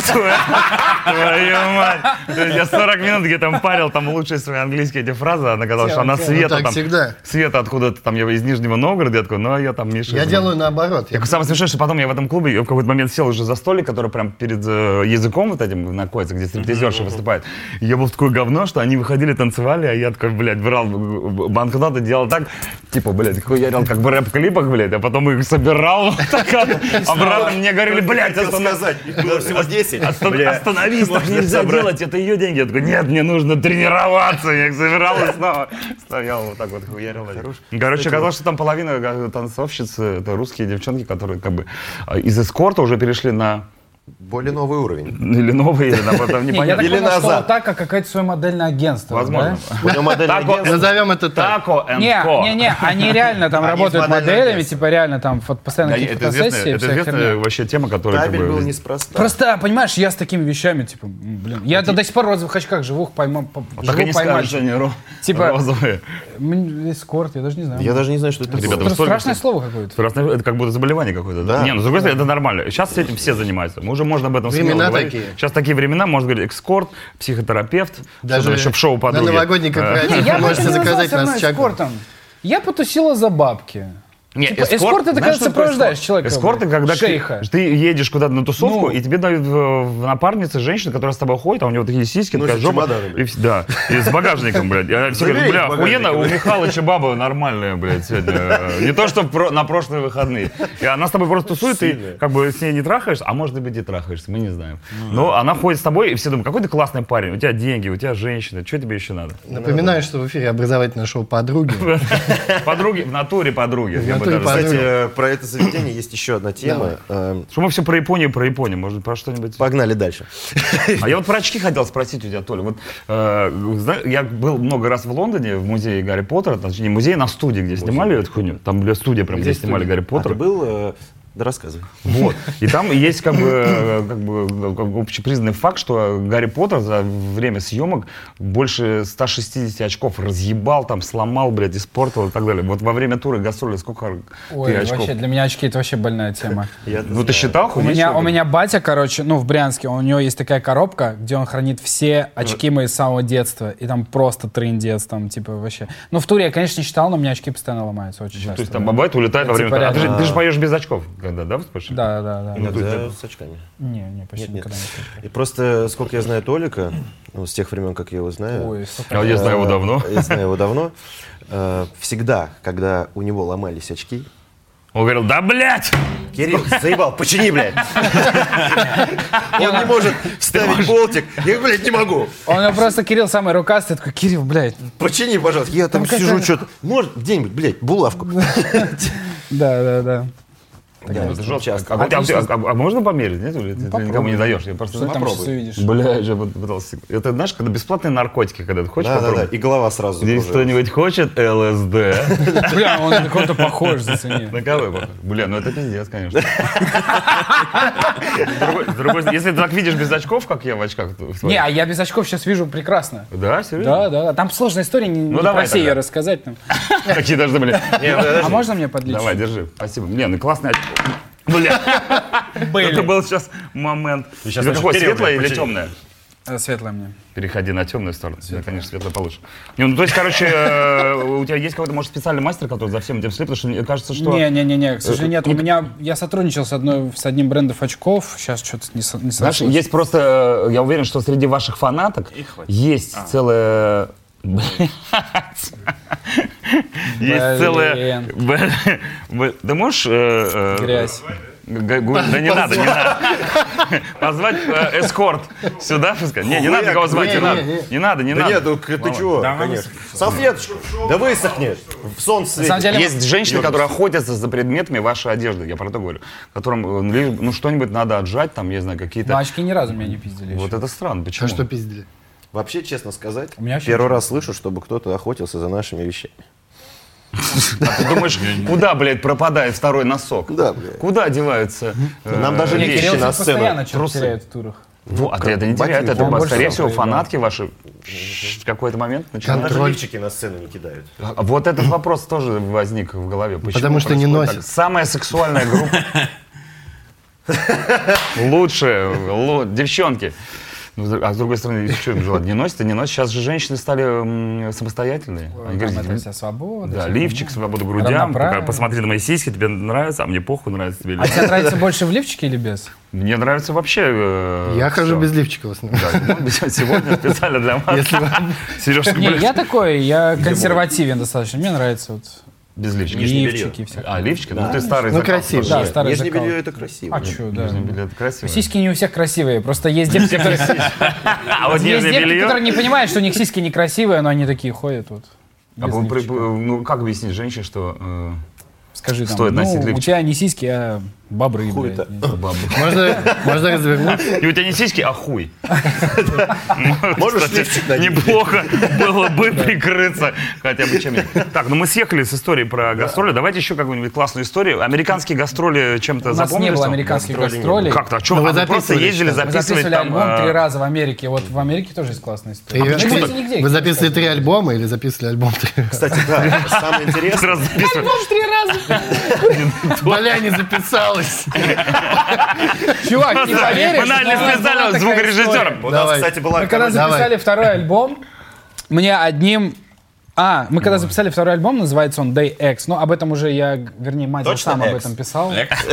твою мать. Я сорок минут где-то парил, там лучшие свои английские эти фразы, она казалось, что она Света там. всегда. Света откуда-то там, я из Нижнего Новгорода, я такой, ну а я там Миша. Я делаю наоборот. Так самое смешное, что потом я в этом клубе в какой-то момент сел уже за столик, который прям перед э, языком вот этим находится, где стриптизерша выступает. И я был в такое говно, что они выходили, танцевали, а я такой, блядь, брал банкноты, делал так, типа, блядь, хуярил как бы рэп-клипах, блядь, а потом их собирал вот так обратно. Мне говорили, блядь, сказать, их было всего десять. Остановись, так нельзя делать, это ее деньги. Я такой, нет, мне нужно тренироваться. Я их собирал и снова стоял вот так вот хуярил. Короче, оказалось, что там половина танцовщиц, это русские девчонки, которые как бы из эскорта уже перешли на... Более новый уровень. Или новый, или наоборот, Не, я непонятно. так Или понял, что назад. так, как какое-то свое модельное агентство. Возможно. Да? Модельное агентство. Назовем это так. Тако энд Не, Ко. не, не, они реально там Они работают с модельным моделями, агентством. типа реально там фото- постоянно Да, какие-то это известная, фотосессии, это вся известная херня. вообще тема, которая как Табель бы... был неспроста. Просто, понимаешь, я с такими вещами, типа, м, блин, я до сих пор в розовых очках живу, поймал, по- Так и живу не поймать. скажешь, что они ро- Типа- розовые. М, Эскорт, я даже не знаю. Я даже не знаю, что это такое. Ребята, Это вы страшное столько- слово какое-то. Страшно, это как будто заболевание какое-то, да? Да. Не, ну, с другой стороны, это нормально. Сейчас с этим все занимаются. Мы уже можно об этом смело Времена говорить. такие. Сейчас такие времена, можно говорить, экскорт, психотерапевт, Даже что-то еще в шоу на подруги. новогодний Э, корпоратив Не, я вы бы можете это не назвал заказать всё равно нас с Чаком. эскортом. Я потусила за бабки. Не, Типа, эскорт, это знаешь, когда что такое сопровождаешь эскорт? человека, Эскорт, это когда шейха. ты, ты едешь куда-то на тусовку, Ну. и тебе дают в, в напарнице женщина, которая с тобой ходит, а у него такие сиськи, такая Носит жопа. чемоданы, блядь. И, вс- да, и с багажником, блядь. И все говорят, Забери бля, их в багажник, охуенно, у блядь. Михалыча баба нормальная, блядь, сегодня. Не то, что про- на прошлые выходные. И она с тобой просто тусует, ты как бы с ней не трахаешься, а может быть и трахаешься, мы не знаем. Но она ходит с тобой, и все думают, какой ты классный парень, у тебя деньги, у тебя женщина, что тебе еще надо? Напоминаю, что в эфире образовательное шоу «Подруги». Подруги, в натуре подруги. я бы натуре даже подруги. сказал. Кстати, э, про это заведение есть еще одна тема. Э, Что мы все про Японию, про Японию, может про что-нибудь? Погнали дальше. А я вот про очки хотел спросить у тебя, Толя. Вот, э, зна- я был много раз в Лондоне, в музее Гарри Поттера, точнее, музей на студии, где снимали эту хуйню. Там была студия, прям, где снимали Гарри А ты Поттера. был? э, Да рассказывай. Вот. И там есть как бы, э, как бы как бы общепризнанный факт, что Гарри Поттер за время съемок больше ста шестидесяти очков разъебал, там, сломал, блядь, испортил и так далее. Вот во время тура гастроли сколько Ой, ты очков? вообще, для меня очки это вообще больная тема. Я Ну ты считал? У хоть меня, есть у меня батя, короче, ну, в Брянске, у него есть такая коробка, где он хранит все очки мои с самого детства. И там просто трындец, там, типа, вообще. Ну, в туре я, конечно, не считал, но у меня очки постоянно ломаются очень часто. То есть там бывает улетает во Это время... типа А ты, же- рядом. ты же поешь без очков, когда, да, вспомнишь? Да, да, да. иногда с очками. Не, не, почти Нет, нет. никогда не слышал. И просто, сколько я знаю Толика, ну, с тех времен, как я его знаю, Ой, сколько А я знаю его давно. э, я знаю его давно, э, всегда, когда у него ломались очки, Он говорил, да, блядь! Кирилл, заебал, почини, блядь. Он не может вставить болтик. Я, блядь, не могу. Он у просто, Кирилл, самый рукастый, такой, Кирилл, блядь. Почини, пожалуйста. Я там Там сижу, какая- что-то. Может, где-нибудь, блядь, булавку. Да, да, да. Да, Это жестко. часто. А, а- а- а- а можно померить, нет? Или ты, ты никому не даешь? Я просто Что ты там сейчас попробую. увидишь? Бля, я вот пытался. Это, знаешь, когда бесплатные наркотики, когда ты хочешь Да, да, да. попробовать. И голова сразу. Здесь уже. кто-нибудь хочет ЛСД? Бля, он на кого-то похож, зацени. На кого я похож? Бля, ну это пиздец, конечно. С другой- с другой стороны, если ты так видишь без очков, как я в очках. то- в твоих- Не, а я без очков сейчас вижу прекрасно. Да, серьезно? Да, да, да. Там сложная история, не, не давай про все тогда. ее рассказать. там. Какие должны были? Не, подожди. А можно мне подлить? Давай, держи. Спасибо. Не, ну классный очки. Бля. Это был сейчас момент. сейчас Это какое, Кирилл, светлое блядь, или почини. темное? Э, Светлая мне. Переходи на темную сторону. Да, конечно, светлое получше. Не, ну, то есть, короче, э, у тебя есть какой-то, может, специальный мастер, который за всем этим следит, потому что мне кажется, что... Не-не-не, к сожалению, нет. У меня, я сотрудничал с, одной, с одним брендом очков, сейчас что-то не, со- не Знаешь, сошлось. есть просто, э, я уверен, что среди ваших фанаток есть целая... Есть целая... Б- Ты можешь... э, э, Грязь. г- г- Да не надо, не надо. Позвать э, эскорт сюда, пускай. Не, не надо никого звать, не Не, надо. не, не. Не надо, не Да надо. нет, ну к- ты чего, конечно. Салфеточку. Да высохнет. В солнце На самом светит. деле, Есть женщины, которые охотятся за предметами вашей одежды, я про это говорю, которым э, лишь- ну, что-нибудь надо отжать, там, я знаю, Но какие-то... очки ни разу меня не пиздили. Вот еще. это странно, почему? А что пиздили? Вообще, честно сказать, У меня вообще первый ничего. раз слышу, чтобы кто-то охотился за нашими вещами. А ты думаешь, куда, блядь, пропадает второй носок? Да, блядь. Куда одеваются э, Нам даже Не, вещи Кирилл на сейчас постоянно сцену. что-то трусы. теряет в турах. Вот, а это не ботинки. теряет, это, Он больше скорее всего всего, проебал. фанатки ваши в какой-то момент Нам начинают... даже Контроль. лифчики на сцену не кидают. А Вот этот вопрос тоже возник в голове. Почему Потому что не происходит носят. так? Самая сексуальная группа... Лучшие, лу- девчонки. Ну, а с другой стороны, что им желать? Не носят и не носят. Сейчас же женщины стали м, самостоятельные. Они Там говорят, это вся свобода. да, всё. лифчик, свобода грудям. Равноправие. Такая, посмотри на мои сиськи, тебе нравится, а мне похуй, нравится тебе. или А нет. тебе нравится больше в лифчике или без? Мне нравится вообще. э, Я хожу всё. без лифчика в основном. Да, ну, сегодня специально для вас. Если вам- Сережка, Не, блядь, я такой, я консервативен достаточно. Мне нравится вот без лифчика. лифчики все. А, лифчика? Ну ты старый Ну, закал. красиво. Да, старый Нижнее закал. белье это красиво. А что, да. Нижнее белье это красиво. Сиськи не у всех красивые, просто есть девки, которые, А вот есть нижнее девки, белье. которые не понимают, что у них сиськи некрасивые, но они такие ходят вот. А без вы при- лифчика. ну как объяснить женщине, что э, Скажи там, стоит носить ну, у лифчик? тебя не сиськи, а бобры, Хуй-то. блядь. бабу? Можно, можно развернуться. И у тебя не сиськи, а хуй. Можешь Кстати, лифчик надеть? неплохо было бы прикрыться хотя бы чем-нибудь. Так, ну мы съехали с историей про гастроли. Давайте еще какую-нибудь классную историю. Американские гастроли чем-то У нас не запомнились? было вам? американских Гастроли не гастролей. Как-то? А что, Ну, вы а вы просто записывали ездили что-то. Мы записывать записывали там... альбом э, три раза в Америке. Вот в Америке тоже есть классная история. И Ну, вы- кстати, нигде Вы их записывали не три альбома или записывали альбом три? Кстати, да, самое интересное. раз записывать. Три раза. Бля, не записалась. Чувак, не поверишь. Мы наняли но у нас была специального такая звукорежиссера. история. У нас, Давай. кстати, была Мы когда Давай. записали второй альбом, мне одним... А, мы когда записали второй альбом, называется он Day X. Ну, об этом уже я, вернее, Мазил Точно сам об X? этом писал.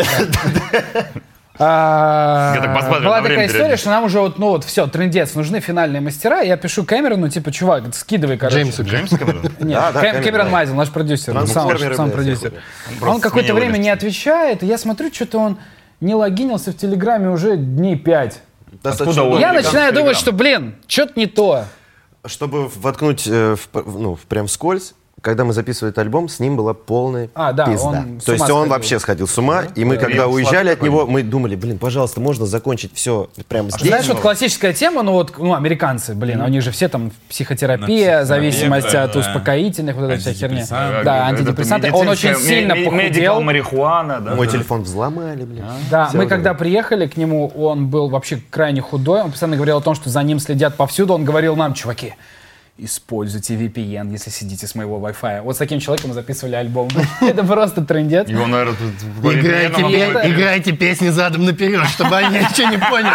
А, Я так посмотрю Была на время такая история, периодически. что нам уже вот, ну вот, все, трындец, нужны финальные мастера. Я пишу Кэмерону, типа, чувак, скидывай, короче. Джеймсу. Джеймс Кэмерон? Нет, Да, да, Кэм- Кэмерон, Кэмерон да. Мазил, наш продюсер, сам, Трансформеры, сам блядь, продюсер. я Он какое-то сменил время их. не отвечает, и я смотрю, что-то он не логинился в Телеграме уже дней пять. достаточно Откуда он? Я Американский начинаю думать, Телеграм. что, блин, что-то не то. Чтобы воткнуть э, в, п- ну, в прям вскользь, когда мы записывали этот альбом, с ним была полная А, да, пизда. он с То есть ума он сходил. вообще сходил с ума, и мы, Да. когда Крем уезжали сладкий от него, мы думали, блин, пожалуйста, можно закончить все прямо здесь. Знаешь, вот классическая тема, ну вот, ну, американцы, блин, у них же все там психотерапия, психотерапия, зависимость да, от да. успокоительных, вот эта вся херня. Антидепрессанты. Да, Это антидепрессанты. Он очень медицинская- сильно ме- ме- похудел. медикал марихуана, да. Мой Да. телефон взломали, блин. Да, Всё мы вот когда это. приехали к нему, он был вообще крайне худой. Он постоянно говорил о том, что за ним следят повсюду. Он говорил нам, чуваки, используйте ви пи эн, если сидите с моего Wi-Fi. Вот с таким человеком мы записывали альбом. Это просто трындец. Его, наверное, тут в Играйте, Валентине пе- играйте песни задом наперед, чтобы они ничего не поняли.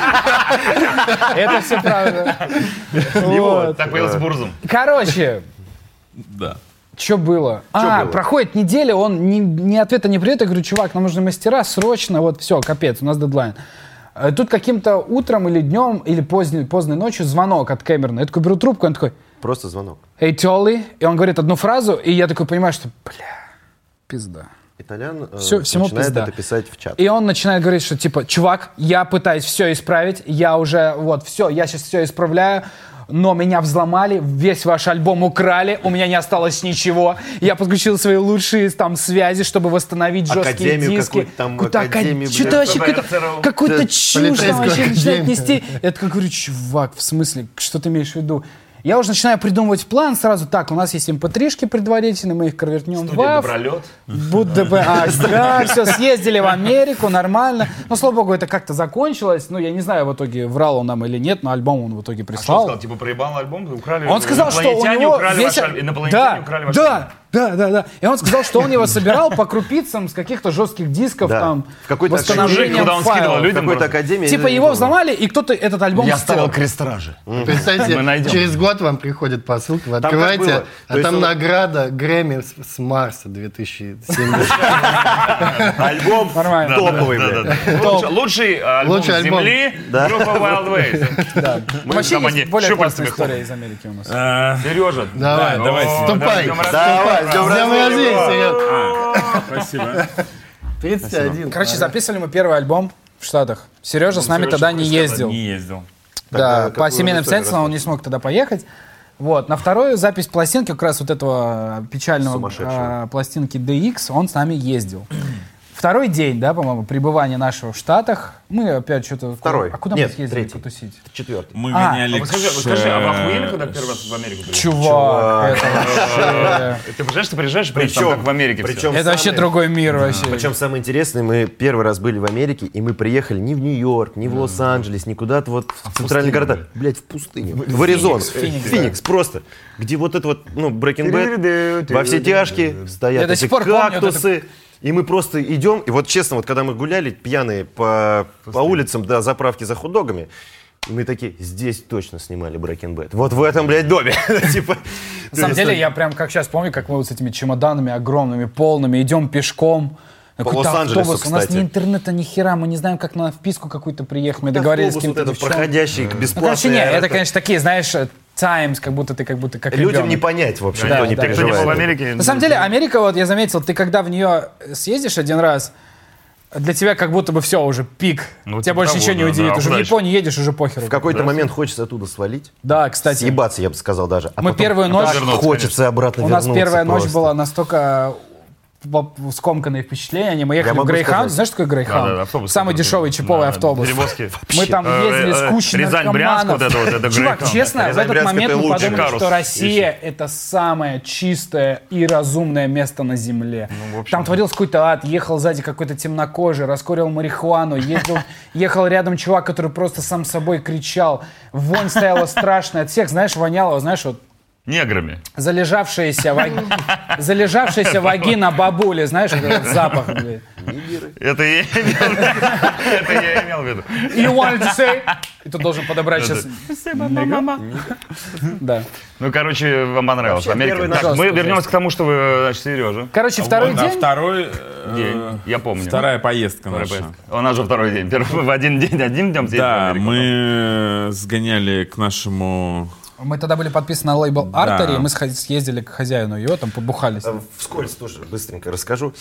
Это все правда. Его, Вот. так появился Бурзум. Короче, Да. что было? А, было? проходит неделя, он ни, ни ответа не придет. Я говорю, чувак, нам нужны мастера, срочно, вот все, капец, у нас дедлайн. Э, Тут каким-то утром или днем, или поздней, поздней ночью звонок от Кэмерона. Я такой беру трубку, он такой, Просто звонок. «Эй, Толли», и он говорит одну фразу, и я такой понимаю, что, бля, пизда. Итальян э, Всё- всему начинает пизда. это писать в чат. И он начинает говорить, что типа, чувак, я пытаюсь все исправить, я уже, вот, все, я сейчас все исправляю, но меня взломали, весь ваш альбом украли, у меня не осталось ничего. Я подключил свои лучшие там связи, чтобы восстановить жесткие Академию диски. какую-то там, Какую-то академию, Что-то блядь, вообще какую-то, ЦРУ. какую-то Да, чушь там полицейскую вообще начинает академию. нести. Я такой говорю, чувак, в смысле, что ты имеешь в виду? Я уже начинаю придумывать план сразу. Так, у нас есть эм пэ три-шки предварительные, мы их конвертнем в Студия вав. Добролет. Будто бы, а, да, все, съездили в Америку, нормально. Но, слава богу, это как-то закончилось. Ну, я не знаю, в итоге врал он нам или нет, но альбом он в итоге А что он прислал. сказал? Типа проебал альбом? Украли? Он сказал, что у инопланетяне него украли весь... ваш аль- Инопланетяне Да, украли ваш да, альбом. да, да, да. И он сказал, что он его собирал по крупицам с каких-то жестких дисков, Да. там, В какой-то восстановлением куда он скидывал файлов. людям. В какой-то просто. академии. Типа я не его помню. взломали, и кто-то этот альбом Я стер. ставил крестражи. Представьте, Мы найдем. через год вам приходит посылка, вы как открываете, было. а То есть там он- награда Грэмми с, с Марса две тысячи семнадцатого. Альбом Нормально. топовый, блядь. Лучший, лучший альбом Лучший альбом. Земли, Да. группа Wild Ways. Да. Вообще там они есть более щупальцами классная история из Америки у нас. А, Сережа. Давай, Да, давай, О, ступай. да, с днем Давай, с днем С днем рождения. рождения, Серёг. а, Спасибо. тридцать один. Короче, записывали мы первый альбом в Штатах. Сережа с нами Серёжа тогда не Крыскова ездил. Не ездил. Да, Тогда по какую семейным историю обстоятельствам он не смог тогда поехать. Вот. На вторую запись пластинки, как раз вот этого печального Сумасшедшего. э, пластинки ди икс, он с нами ездил. Второй день, да, по-моему, пребывания нашего в Штатах. Мы опять что-то... Второй. А куда Нет, мы съездили третий. потусить? Четвертый. Мы А, гоняли А вот скажи, к вот скажи, а вы Ш- охуели, когда первый раз в Америку приехали? Чувак, это вообще... Ты представляешь, ты приезжаешь, и прям там как в Америке всё. причем Это вообще самое- другой мир вообще. Причем самое интересное, мы первый раз были в Америке, и мы приехали не в Нью-Йорк, не в Лос-Анджелес, не куда-то вот в центральные города. Блять, в пустыню. В Аризону. Феникс, Феникс, просто. Где вот это вот, ну, Breaking Bad, во все тяжкие, стоят Я до эти сих пор помню вот кактусы. И мы просто идем, и вот честно, вот когда мы гуляли пьяные по, по улицам до заправки за хот-догами, и мы такие, здесь точно снимали Breaking Bad. Вот в этом, блядь, доме. Типа, на самом деле, я прям как сейчас помню, как мы вот с этими чемоданами огромными, полными, идем пешком. По Лос-Анджелесу, У нас ни интернета, ни хера, мы не знаем, как на вписку какую-то приехать. Мы договорились с автобус кем-то вот этот проходящий, Ну, бесплатный. короче, нет, это, конечно, такие, знаешь, Times, как будто ты как будто как Людям ребенок. не понять, в общем, Да, кто не да. Кто не переживает. был в Америке? На самом деле, Америка, вот я заметил, ты когда в нее съездишь один раз, для тебя как будто бы все, уже пик. Ну, тебя типа больше того, ничего не да, удивит. да, Уже в удачи. Японию едешь, уже похеру. В какой-то момент хочется оттуда свалить. Да, кстати. Съебаться, я бы сказал даже. А Мы потом первую ночь- так Вернуться, хочется обратно У нас вернуться первая ночь просто. была настолько в- скомканные впечатления. Мы ехали в могу Грейхаунд. сказать. Знаешь, что такое Грейхаунд? Да, да, автобус. Самый который- дешевый чиповый да, автобус. Перевозки. Мы там Э, ездили э, с кучей Рязань-Брянск, наркоманов. вот это вот, это Чувак, Грейхаунд. честно, в этот Рязань-Брянск момент это мы лучший подумали, Карус что Россия еще. — это самое чистое и разумное место на земле. Ну, в общем, Там творился какой-то ад, ехал сзади какой-то темнокожий, раскурил марихуану, ездил, ехал рядом чувак, который просто сам собой кричал. Вонь стояла страшная от всех, знаешь, воняло, знаешь, вот Неграми. залежавшаяся, ваги... залежавшаяся вагина бабули, знаешь, вот этот запах, блин. Это я имел, это я имел в виду. You wanted to say? И тут должен подобрать сейчас. Да. Ну, короче, вам понравилось. Америка. первый Так, наш- мы вернемся к тому, что вы, значит, Сережа. Короче, второй Вот, а день. второй... э, День. Я помню. Вторая поездка Вторая наша. поездка. У нас же второй день. Первый в один день, один днем съездили в Да, Америку. мы сгоняли к нашему... Мы тогда были подписаны на лейбл Да. Artery, мы сходи- съездили к хозяину ее, там побухались. Э, Вскользь тоже быстренько расскажу.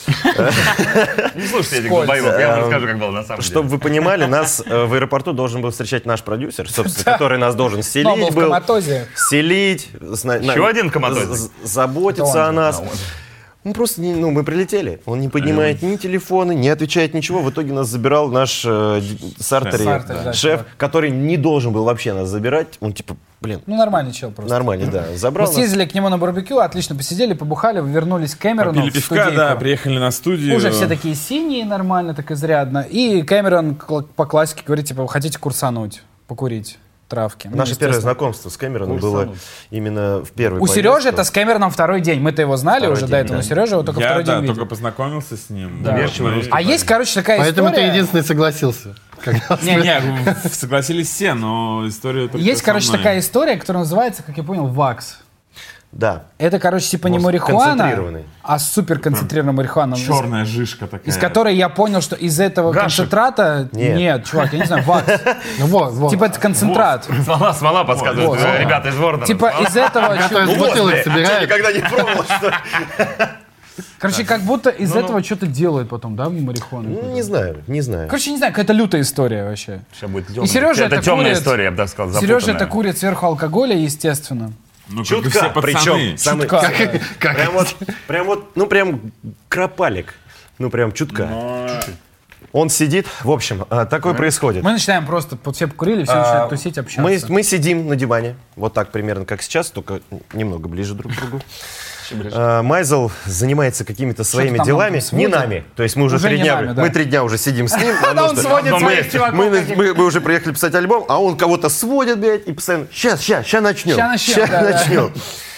Не слушайте этих Скользко. долбоебов, я вам расскажу, как было на самом Чтобы деле. вы понимали, нас э, в аэропорту должен был встречать наш продюсер, собственно, который нас должен Но селить был в был. коматозе. Селить. зна- на- Еще один коматозе? з- Заботиться Это он о же, нас. Ну, просто, не- ну, мы прилетели. Он не поднимает ни телефоны, не отвечает ничего. В итоге нас забирал наш э, д- Сартери, Сартери, да, шеф, чувак. который не должен был вообще нас забирать. Он типа, блин, Ну, нормальный чел просто. нормально, да. Мы Забрал нас. съездили к нему на барбекю, отлично посидели, побухали, вернулись к Кэмерону Попили в пивка, студийку. да, приехали на студию. Уже все такие синие, нормально, так изрядно. И Кэмерон кл- по классике говорит, типа, хотите курсануть, покурить травки? Ну, Наше первое естественно. знакомство с Кэмероном было именно в первый У Сережи это с Кэмероном второй день. Мы-то его знали Второй уже день, до этого, да. но Сережа его только Я, второй да, день видел. только познакомился с ним. Да. Доверчивый Мы- русский А есть, короче, такая Поэтому история... ты единственный согласился. Когда Не, не, согласились все, но история только Есть, со короче, мной. такая история, которая называется, как я понял, вакс. Да. Это, короче, типа не Может, марихуана, концентрированный. а супер концентрированная марихуана. Из- Черная жишка такая. Из которой я понял, что из этого Гашек. концентрата... Нет. Нет, чувак, я не знаю, вакс. Ну вот, вот. Типа это концентрат. Смола, смола подсказывает. Вот, Э, вот. Ребята из Вордена. Типа из этого... Который чё- из бутылок собирает. Никогда не пробовал, что ли? Короче, как будто из этого что-то делают потом, да, марихуану? Ну, не знаю, не знаю. Короче, не знаю, какая-то лютая история вообще. Сейчас будет И темная. Сережа это это темная курит. история, я бы так сказал. Сережа запутанная. это курит сверху алкоголя, естественно. Ну, как и Чутка, все пацаны. причем самый... Чутка. Как? Прям вот, прям вот, ну прям кропалик. Ну прям чутка. Он сидит, в общем, а, такое происходит. Мы начинаем просто, вот все покурили, все А, начинают тусить, общаться. Мы, мы сидим на диване, вот так примерно, как сейчас, только немного ближе друг к другу. А, Майзел занимается какими-то своими там он делами, там не сводит? нами. То есть мы уже, Уже три не дня, нами, да. мы три дня уже сидим с ним. потому он что сводит мы- своих чуваков мы, каких-то. мы- мы уже приехали писать альбом, а он кого-то сводит, блядь, и постоянно, сейчас, сейчас, сейчас начнем. Ща начнем, ща да, да. начнем.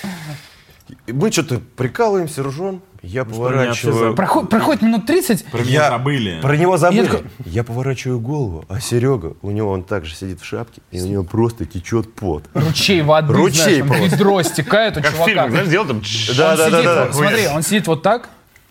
И мы что-то прикалываемся, ржем. Я поворачиваю. Проход- проходит минут тридцать, Про меня Я- забыли. Про него Я забыли. такой- Я поворачиваю голову, а Серега, у него он также сидит в шапке, и у него просто течет пот. ручей воды, Ручей знаешь, там просто. ведро стекает у Как в чувака. фильмах, знаешь, делал там... тш- Да, Он да, да, сидит, да, вот, смотри, он сидит вот так,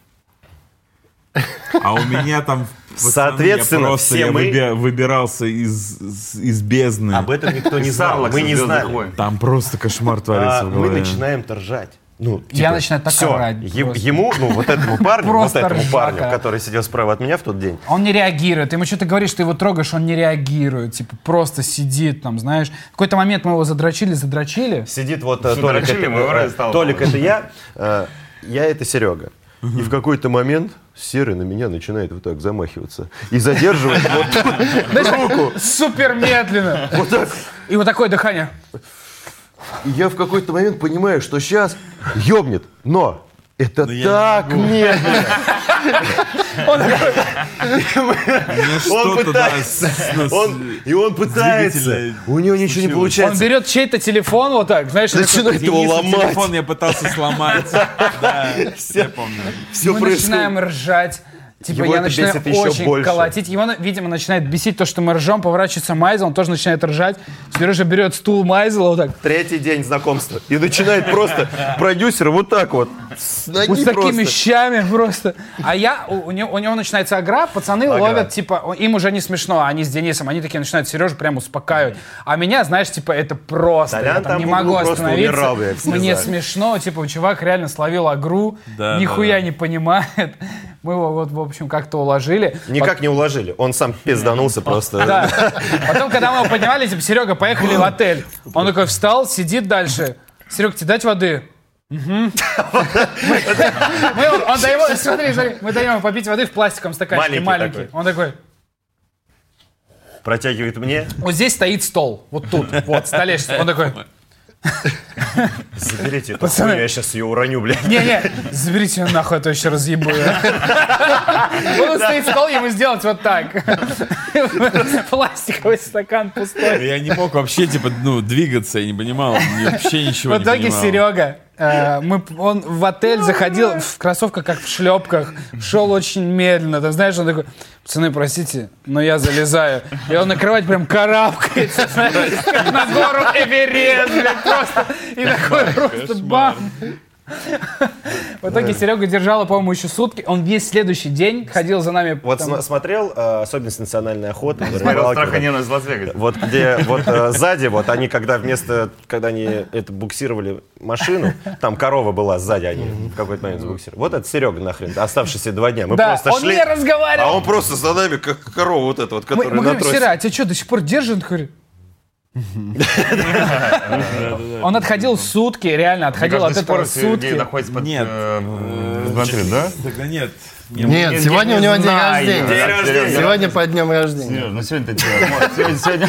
А у меня там... пацаны, Соответственно, я просто, все я мы- выби- выбирался из, из, из бездны. Об этом никто не знал. Сарлакс Мы из не «Звездных знали. войн». Там просто кошмар творится А в мы голове. начинаем торжать. Ну, Я начинаю так всё. орать Е- просто. Ему, ну, вот этому парню, вот Просто этому ржака. парню, который сидел справа от меня в тот день, он не реагирует. Ты ему что-то говоришь, ты его трогаешь, он не реагирует. Типа просто сидит там, знаешь. В какой-то момент мы его задрочили, задрочили. сидит вот э, Что, Толик, дрочили, это, мы его э, раз стало. Толик это я, э, я это Серега. И в какой-то момент Серый на меня начинает вот так замахиваться и задерживает вот тут руку. Супер медленно. Вот так. И вот такое дыхание. И я в какой-то момент понимаю, что сейчас ёбнет, но Это я так не могу. медленно. Мне что-то, да, с- с- Он- И он пытается. двигателя У него ничего не Он получается. берет чей-то телефон вот так, знаешь, Начинает его Денисов ломать. телефон я пытался сломать. Да, я помню. Все мы происходит. начинаем ржать. Типа Его я это начинаю бесит еще очень больше. колотить. Его, видимо, начинает бесить то, что мы ржем, поворачивается Майзел, он тоже начинает ржать. Сережа берет стул Майзела вот так. Третий день знакомства. И начинает просто продюсер вот так вот. С ноги Вот с такими просто. щами просто. А я, у, у него, у него начинается игра, пацаны Ага. ловят, типа, им уже не смешно, а они с Денисом, они такие начинают Сережу прям успокаивать. А меня, знаешь, типа, это просто, Толян я там там не в могу углу просто остановиться. умирал, блядь, в Мне слезах. смешно, типа, чувак реально словил игру, Да, нихуя да, да. не понимает. Мы его вот, в общем, как-то уложили. Никак не уложили. Он сам пизданулся просто. Да. Потом, когда мы его поднимали, типа, Серега, поехали в отель. Он такой встал, сидит дальше. Серега, тебе дать воды? Угу. Мы, он, он даем, смотри, смотри, мы даем ему попить воды в пластиковом стаканчике, Маленький маленький. такой. Он такой, Протягивает мне. вот здесь стоит стол, вот тут, вот, столешница. Он такой, Заберите эту Пацаны. хуйню, я сейчас ее уроню, блядь. не-не, заберите ее нахуй, а то еще разъебу. Вот стоит стол, ему сделать вот так. Пластиковый стакан пустой. Я не мог вообще, типа, ну, двигаться, я не понимал. Я вообще ничего В не итоге понимал. Серега, э, мы, он в отель заходил в кроссовках, как в шлепках, шел очень медленно. Ты знаешь, он такой, пацаны, простите, но я залезаю. И он на кровать прям карабкается, знаешь, как на гору Эверест, блядь, просто. И такой просто бам. В итоге Серега держала, по-моему, еще сутки. Он весь следующий день ходил за нами. Вот там, см- смотрел э, особенность национальной охоты. Смотрел рыбалки, «Страх и вот. ненависть» в Лас-Вегасе. Вот где вот э, сзади, вот они когда вместо, когда они это буксировали машину, там корова была сзади, они в какой-то момент забуксировали. Вот это Серега нахрен, оставшиеся два дня. Мы Да, просто он шли, не разговаривал. а он просто за нами, как корова вот эта вот, Мы, которая мы на говорим, тросе. Серега, а тебя что, до сих пор держит? Он говорит, он отходил сутки, реально отходил от этого сутки. находится под... Нет. э, в- внутри, да? Тогда нет. Не Нет, не- сегодня не у него день знаю. рождения. День рождения. Сегодня по днем рождения. Серёж, ну сегодня-то тебе можно. Сегодня, сегодня...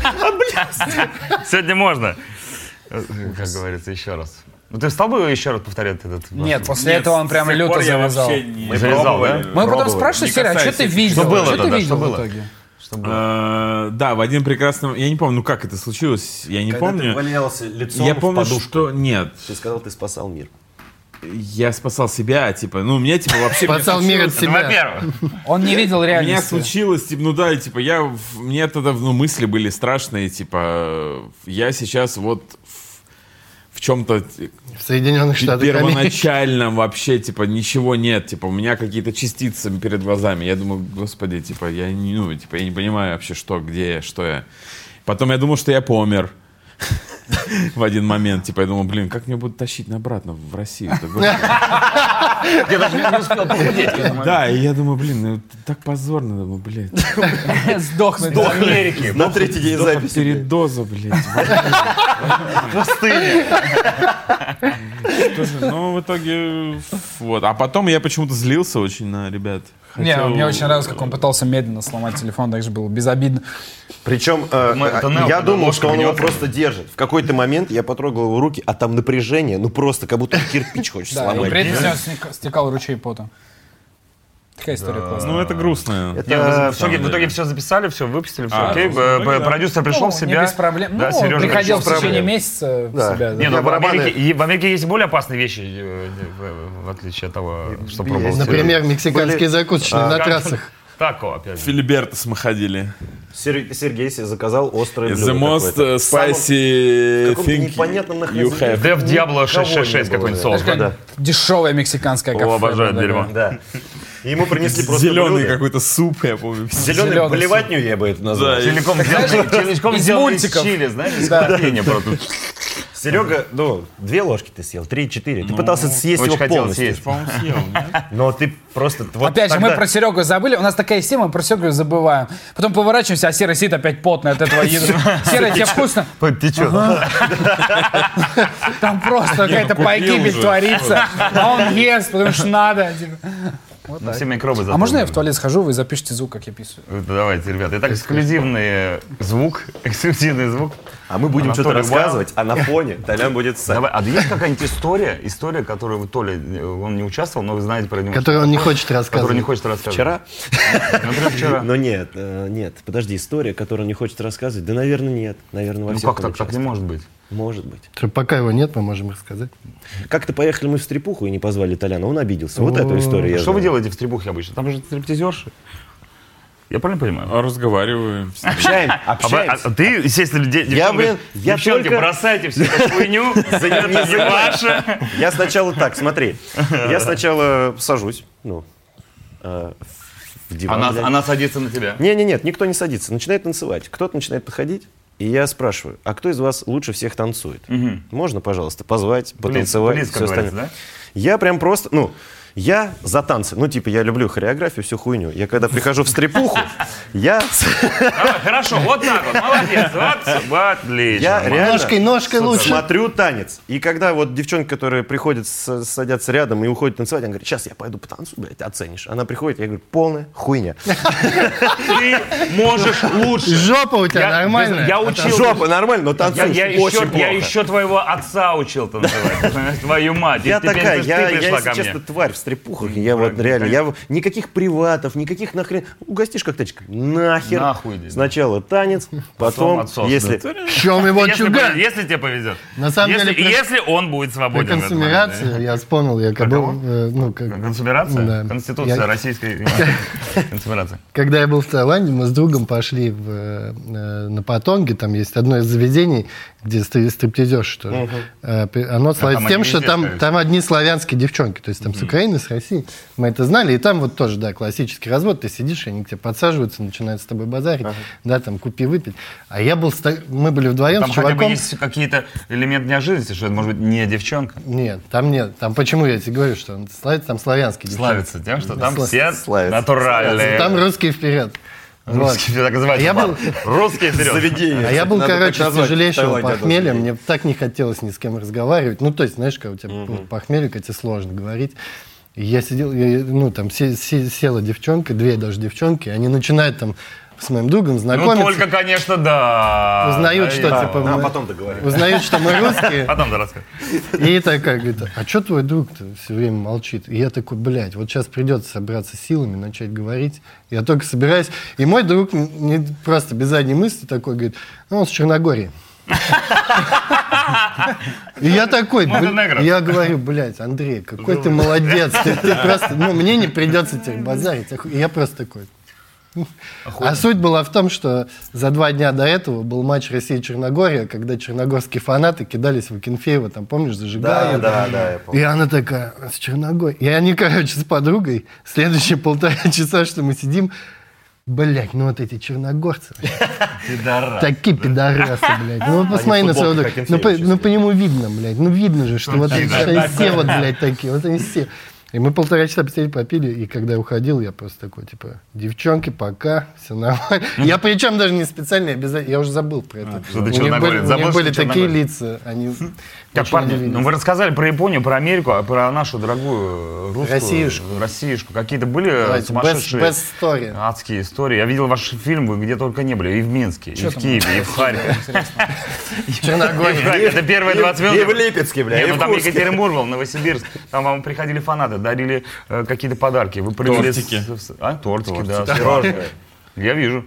Сегодня можно. Как говорится, еще раз. Ну ты стал бы еще раз повторять этот... Нет, после Нет, этого он с прям тех люто пор я завязал. вообще не- Мы Завязал, пробовали. да? Мы потом Пробовали. спрашивали, Не Серега, а что касайся. ты видел? Что было Что ты тогда? видел Что в было? итоге? Э, Да, в один прекрасный... Я не помню, ну как это случилось, я не Когда ты помню. валялся лицом Я в помню, подушку. что... Нет, Ты сказал, ты спасал мир. я спасал себя, типа, ну, у меня, типа, вообще... мне Спасал мир от случилось- себя. Во-первых. Он не видел У меня реальности. случилось, типа, ну да, и, типа, я, в- мне тогда, ну, мысли были страшные, типа, я сейчас вот в, в чем-то В Соединенных Штатах Америки. первоначальном вообще, типа, ничего нет, типа, у меня какие-то частицы перед глазами, я думаю, господи, типа, я не, ну, типа, я не понимаю вообще, что, где я, что я. Потом я думал, что я помер. В один момент, типа, я думал, блин, как мне будут тащить на обратно в Россию? Да, господи. Я даже не успел похудеть к этому моменту. Да, и я думаю, блин, ну так позорно, думаю, блядь. Сдохнуть. В Америке. На третий день записи. Передоза, блядь. Пустыня. Что же, ну, в итоге, вот. А потом я почему-то злился очень на ребят. Не, Хотел- мне очень нравилось, как он пытался медленно сломать телефон, так же было безобидно. Причем э, Мы- это э, Нео, я когда думал, ложка что он его гнется. просто держит. В какой-то момент я потрогал его руки, а там напряжение, ну просто как будто кирпич хочет Да, и сломать. при этом с него снека- стекал ручей пота. Такая история классная. Ну, это грустно. Это- Не, в, на итоге, самом в итоге деле. все записали, все выпустили, все А, окей. ну, Б- в б- итоге, да. Продюсер пришел Ну, в не себя. без проблем. Да, Ну, Сережа приходил в пришел течение проблем. месяца Да. в себя. да. Не, ну в барабаны- Америке, и в Америке есть более опасные вещи, э, в, в отличие от того, что пробовал. Например, мексиканские Были- закусочные А, на Как- трассах. Тако, опять же. Филибертос мы ходили. Сер- Сергей себе заказал острое The блюдо most какое-то. uh, В самом- spicy в каком-то thing непонятном you нахождении. have. Дев Диабло Никого шесть шесть шесть не было, какой-нибудь да. соус. Как Да. дешевая мексиканская кафе. О, обожаю да, дерьмо. да. Да. И ему принесли просто Зеленый блюдо. какой-то суп, я помню. Зеленый Зеленый поливатню я бы это назвал. Да, Целиком сделан- целиком из сделан из мультиков. чили, знаешь, из кофейни просто. Серега, ну, две ложки ты съел, три-четыре. Ты пытался съесть очень его хотел полностью. съесть. По-моему, съел, да? Но ты просто... вот Опять же, мы тогда- про Серегу забыли. У нас такая система, мы про Серегу забываем. Потом поворачиваемся, а Серый сидит опять потный от этого еды. Серый, тебе вкусно? Течет. Там просто какая-то купил погибель уже. творится. А он ест, потому что надо. типа. Ну, все микробы А можно я в затронули. туалет схожу, вы запишите звук, как я писаю? Давайте, ребята. Итак, эксклюзивный звук. Эксклюзивный звук. А мы будем что-то Анатолий рассказывать, а на фоне Толян будет ссать. Давай, а есть какая-нибудь история, история, которую вы, Толя, он не участвовал, но вы знаете про него? Которую он не хочет рассказывать. Которую не хочет рассказывать. Вчера? Например, вчера. Но нет, э, нет, подожди, история, которую он не хочет рассказывать? Да, наверное, нет. Наверное, во Ну всех как так? Так не может быть. Может быть. Пока его нет, мы можем рассказать. Как-то поехали мы в стрипуху и не позвали Толяна, он обиделся. Вот эту историю я Что вы знаю. делаете в стрипухе обычно? Там же стриптизерши. Я правильно понимаю? Разговариваем. Общаем, А, общаемся. а ты, естественно, де- девчонки, блин, я девчонки, только- бросайте всю эту хуйню, это не ваше. Я сначала так, смотри. Я сначала сажусь, ну, э, в диван. Она, блядь. она садится на тебя. Не-не-нет, нет, никто не садится. Начинает танцевать. Кто-то начинает подходить, и я спрашиваю, а кто из вас лучше всех танцует? Можно, пожалуйста, позвать, потанцевать, близ, как всё говорится, остальное? Я прям просто, ну, я за танцы. Ну, типа, я люблю хореографию, всю хуйню. Я когда прихожу в стрипуху, я... Давай, хорошо, вот так вот, молодец, вот, вот, отлично. Я реально Ножкой, ножкой лучше. смотрю танец. И когда вот девчонки, которые приходят, с- садятся рядом и уходят танцевать, она говорит, сейчас я пойду потанцую, блядь, оценишь. Она приходит, я говорю, полная хуйня. Ты можешь лучше. Жопа у тебя Я- нормальная. Я учил. Жопа нормально, но Я, танцуешь я еще, очень я плохо. еще твоего отца учил танцевать. Твою мать. И Я теперь такая, ты я, пришла я, ко если мне. честно, тварь в стрипухах. Я вот реально, я в- никаких приватов, никаких нахрен. Угостишь коктейльчик, нахер. Нахуй иди. Сначала танец, потом, отсос, если... В чем его Если, чуган? пове- если тебе повезет. На самом если, деле, при- если он будет При свободен. в этот момент, консумерации, я вспомнил, я Про когда кого? был, э, ну, как, да. Консумерация? Да. Конституция Я- российской консумерации. когда я был в Таиланде, мы с другом пошли в, э, на Патонге, там есть одно из заведений, где стри- стриптизерши тоже. Э, при- Оно славится там тем, одни что везде, там, скорее там одни славянские девчонки, то есть там с Украины, с России. Мы это знали, и там вот тоже, да, классический развод, ты сидишь, и они к тебе подсаживаются, начинают с тобой базарить, да, там, купи, выпить. А я был, с та- мы были вдвоем Там с хотя бы чуваком. есть какие-то элементы неожиданности, что это может быть не девчонка. Нет, там нет. Там почему я тебе говорю, что он славится, там славянский девчонки. Славится тем, что там Сла- все славится. натуральные. Там русские вперед. Вот. Русские, так называется. Я был- Русские вперед. Заведение. А я был, Надо короче, так с назвать, тяжелейшего в Таиланде похмелья. одно Мне так не хотелось ни с кем разговаривать. Ну, то есть, знаешь, когда у тебя ну, похмелье, когда тебе сложно говорить. И я сидел, я, ну, там се- се- села девчонка, две даже девчонки, они начинают там с моим другом Ну, знакомиться. только, конечно, да. Узнают, Да, что, да. типа, А мы- потом договорим. узнают, что мы русские. Потом да расскажу. И такая говорит, а что твой друг-то все время молчит? И я такой, блядь, вот сейчас придется собраться силами, начать говорить. Я только собираюсь. И мой друг не, просто без задней мысли такой говорит, ну, он с Черногории. И я такой, бл- Монтенегро. я говорю, блядь, Андрей, какой ты молодец. Ты, ты просто, ну, мне не придется теперь базарить. И я просто такой. А суть была в том, что за два дня до этого был матч Россия-Черногория, когда черногорские фанаты кидались в Акинфеева, там, помнишь, зажигали. Да, да, да, я помню. И она такая, с Черногорией. И они, короче, с подругой, следующие полтора часа, что мы сидим, блядь, ну вот эти черногорцы, Пидорас. такие пидорасы, блядь. Ну, посмотри на своего друга. футболках Ну, по, Акинфеева ну, по нему видно, блядь. Ну, видно же, что вот они все вот, блядь, такие. Вот они все. И мы полтора часа посидели, попили, и когда я уходил, я просто такой, типа, девчонки, пока, все нормально. Я причем даже не специально, обязательно, я уже забыл про это. что ты У них черногорец. были, у Забыл, них что были ты такие черногорец. лица, они Так, очень парни, удивились. ну вы рассказали про Японию, про Америку, а про нашу дорогую русскую... Россиюшку. Россиюшку. Какие-то были Давайте, сумасшедшие... best- best story. Адские истории. Я видел ваши фильмы, где только не были. И в Минске, и в Киеве, и в Харькове. Черногория. Это первые двадцать минут. И в Липецке, бля, Не, и ну в там Курске. Екатеринбург был, Новосибирск. Там вам приходили фанаты, дарили э, какие-то подарки. Вы привели... Тортики. с- с- А, тортики, да. Пирожные. Я вижу.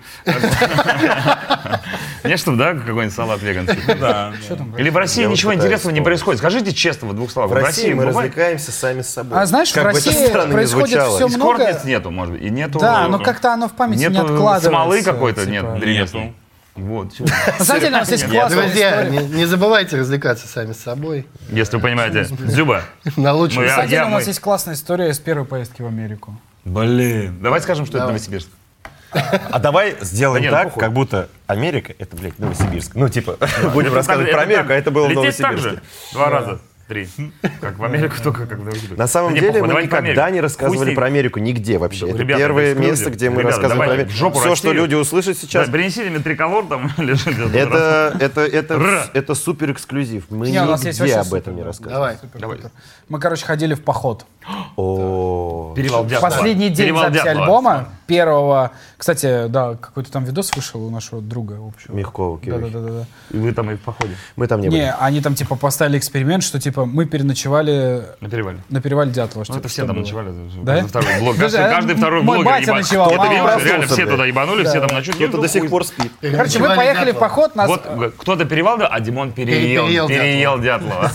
Нет, чтобы, да, какой-нибудь салат веганский? Да. Или в России Я вот ничего пытаюсь интересного не вспомнить. происходит? Скажите честно, в двух словах. В России мы бывает? развлекаемся сами с собой. А знаешь, Как в бы это России странно не происходит звучало. все много. Эскортниц нету, может быть, и нету... Да, но как-то оно в памяти не Нету откладывается. смолы какой-то, нет, типа. древесной. Вот. всё. На самом деле у нас есть классная Друзья, история. не, не забывайте развлекаться сами с собой. Если вы понимаете. Дзюба. На лучшем Ну, На я- самом деле я- у нас мы- есть классная история из первой поездки в Америку. Блин. Давай скажем, что это Новосибирск. А давай сделаем Да нет, так, похуй. как будто Америка — это, блядь, Новосибирск. Ну, типа, будем Это рассказывать так- про это Америку, так. а это было в Лететь так Новосибирске. же. Два раза. Три. Как в Америку, только как в Новосибирск. На самом Да не, деле похуй, мы давайте про никогда Америку. не рассказывали Хуй про Америку нигде вообще. Это Ребята, первое эксклюзив. место, где мы Ребята, рассказываем про давайте Америку. в жопу Все, что Россию. люди услышат сейчас, Да, принесите мне триколор там лежит. это, это, это, Р. это супер эксклюзив. Мы Не, у нас есть нигде вообще об этом супер. не рассказываем. Давай. Мы, короче, ходили в поход. О, Перевал Дятлова. Последний день Перевал записи Дятлова. альбома, первого... Кстати, да, какой-то там видос вышел у нашего друга общего. Мягкова, да, да, да, да, да. И вы там и в походе? Мы там не, Не, были. они там типа поставили эксперимент, что типа мы переночевали На перевале. на перевале Дятлова. Ну, это все там ночевали. Да? Каждый второй, блог, Даже, каждый, каждый второй мой блогер. батя еба- ночевал, Это мама реально, реально проснулся, все блядь. туда ебанули, все там ночуют. Кто-то до сих пор спит. Короче, мы поехали в поход, нас... Вот г- кто-то перевал, да, а Димон переел, Переел переел Дятлова.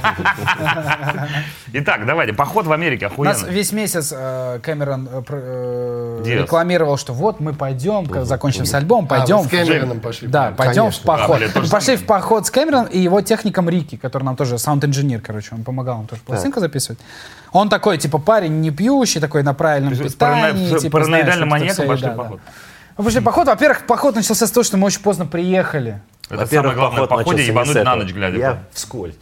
Итак, давайте, поход в Америке, Нас охуенно. весь месяц э, Кэмерон э, пр- э, Диас. рекламировал, что вот мы пойдем, когда закончим с альбомом, пойдем. А, вы с Кэмероном пошли. Да, пойдем Конечно. в поход. А, блядь, то Мы же пошли самое. в поход с Кэмероном и его техником Рики, который нам тоже саунд-инженер, короче, он помогал нам тоже пластинку записывать. Он такой, типа, парень не пьющий, такой на правильном То есть питании. парано- типа, параноидальным знаешь, вот это маньяком всё, и пошли да, в да. поход. Мы пошли в поход. Во-первых, поход начался с того, что мы очень поздно приехали. Это Во-первых, самое главное в поход походе, начался не с ебануть на этого. ночь глядя. Я вскользь.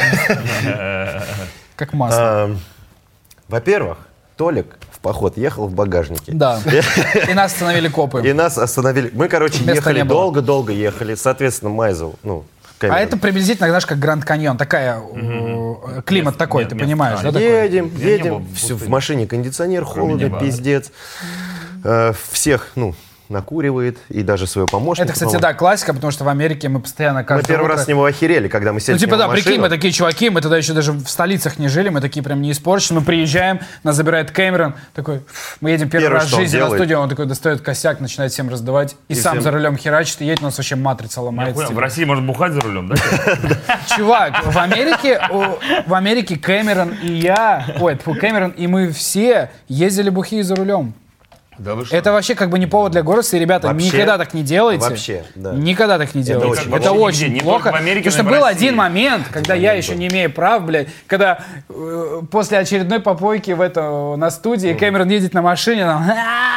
Как масло. А, Во-первых, Толик в поход ехал в багажнике. Да. И нас остановили копы. И нас остановили. Мы, короче, Места ехали не было. долго-долго ехали. Соответственно, Майзел, ну, А Кэмерон. это приблизительно, знаешь, как Гранд Каньон. Такая, э, климат такой, нет, ты нет. понимаешь, А, да? такой? Едем, Я не был едем. в Все, в пустыне. машине кондиционер, холодно, неба. пиздец. Э, Всех, ну, накуривает. И даже своего помощника. Это, кстати, по-моему. да, классика, потому что в Америке мы постоянно Мы каждое первый утро- раз с него охерели, когда мы сели Ну, к типа, нему да, в прикинь, машину. мы такие чуваки, мы тогда еще даже в столицах не жили, мы такие прям не испорчены, мы приезжаем, нас забирает Кэмерон, такой, мы едем первый Первое, раз в что он жизни на делает. студию, он такой достает косяк, начинает всем раздавать, и, И сам всем- за рулем херачит, и едет, у нас вообще матрица Я ломается. понял, в типа. России можно бухать за рулем, да? Чувак, в Америке, у- в Америке Кэмерон и я, ой, тьфу, Кэмерон и мы все ездили бухие за рулем. Да вы что? Это вообще как бы не повод для гордости, ребята, Вообще- никогда так не делайте. вообще, да. Никогда так не делайте. очень- Это вообще очень нигде, не плохо. только в Америке, Потому что но и в был России. один момент, когда я еще не имею прав, блядь, когда э, после очередной попойки в это, на студии Кэмерон едет на машине, там,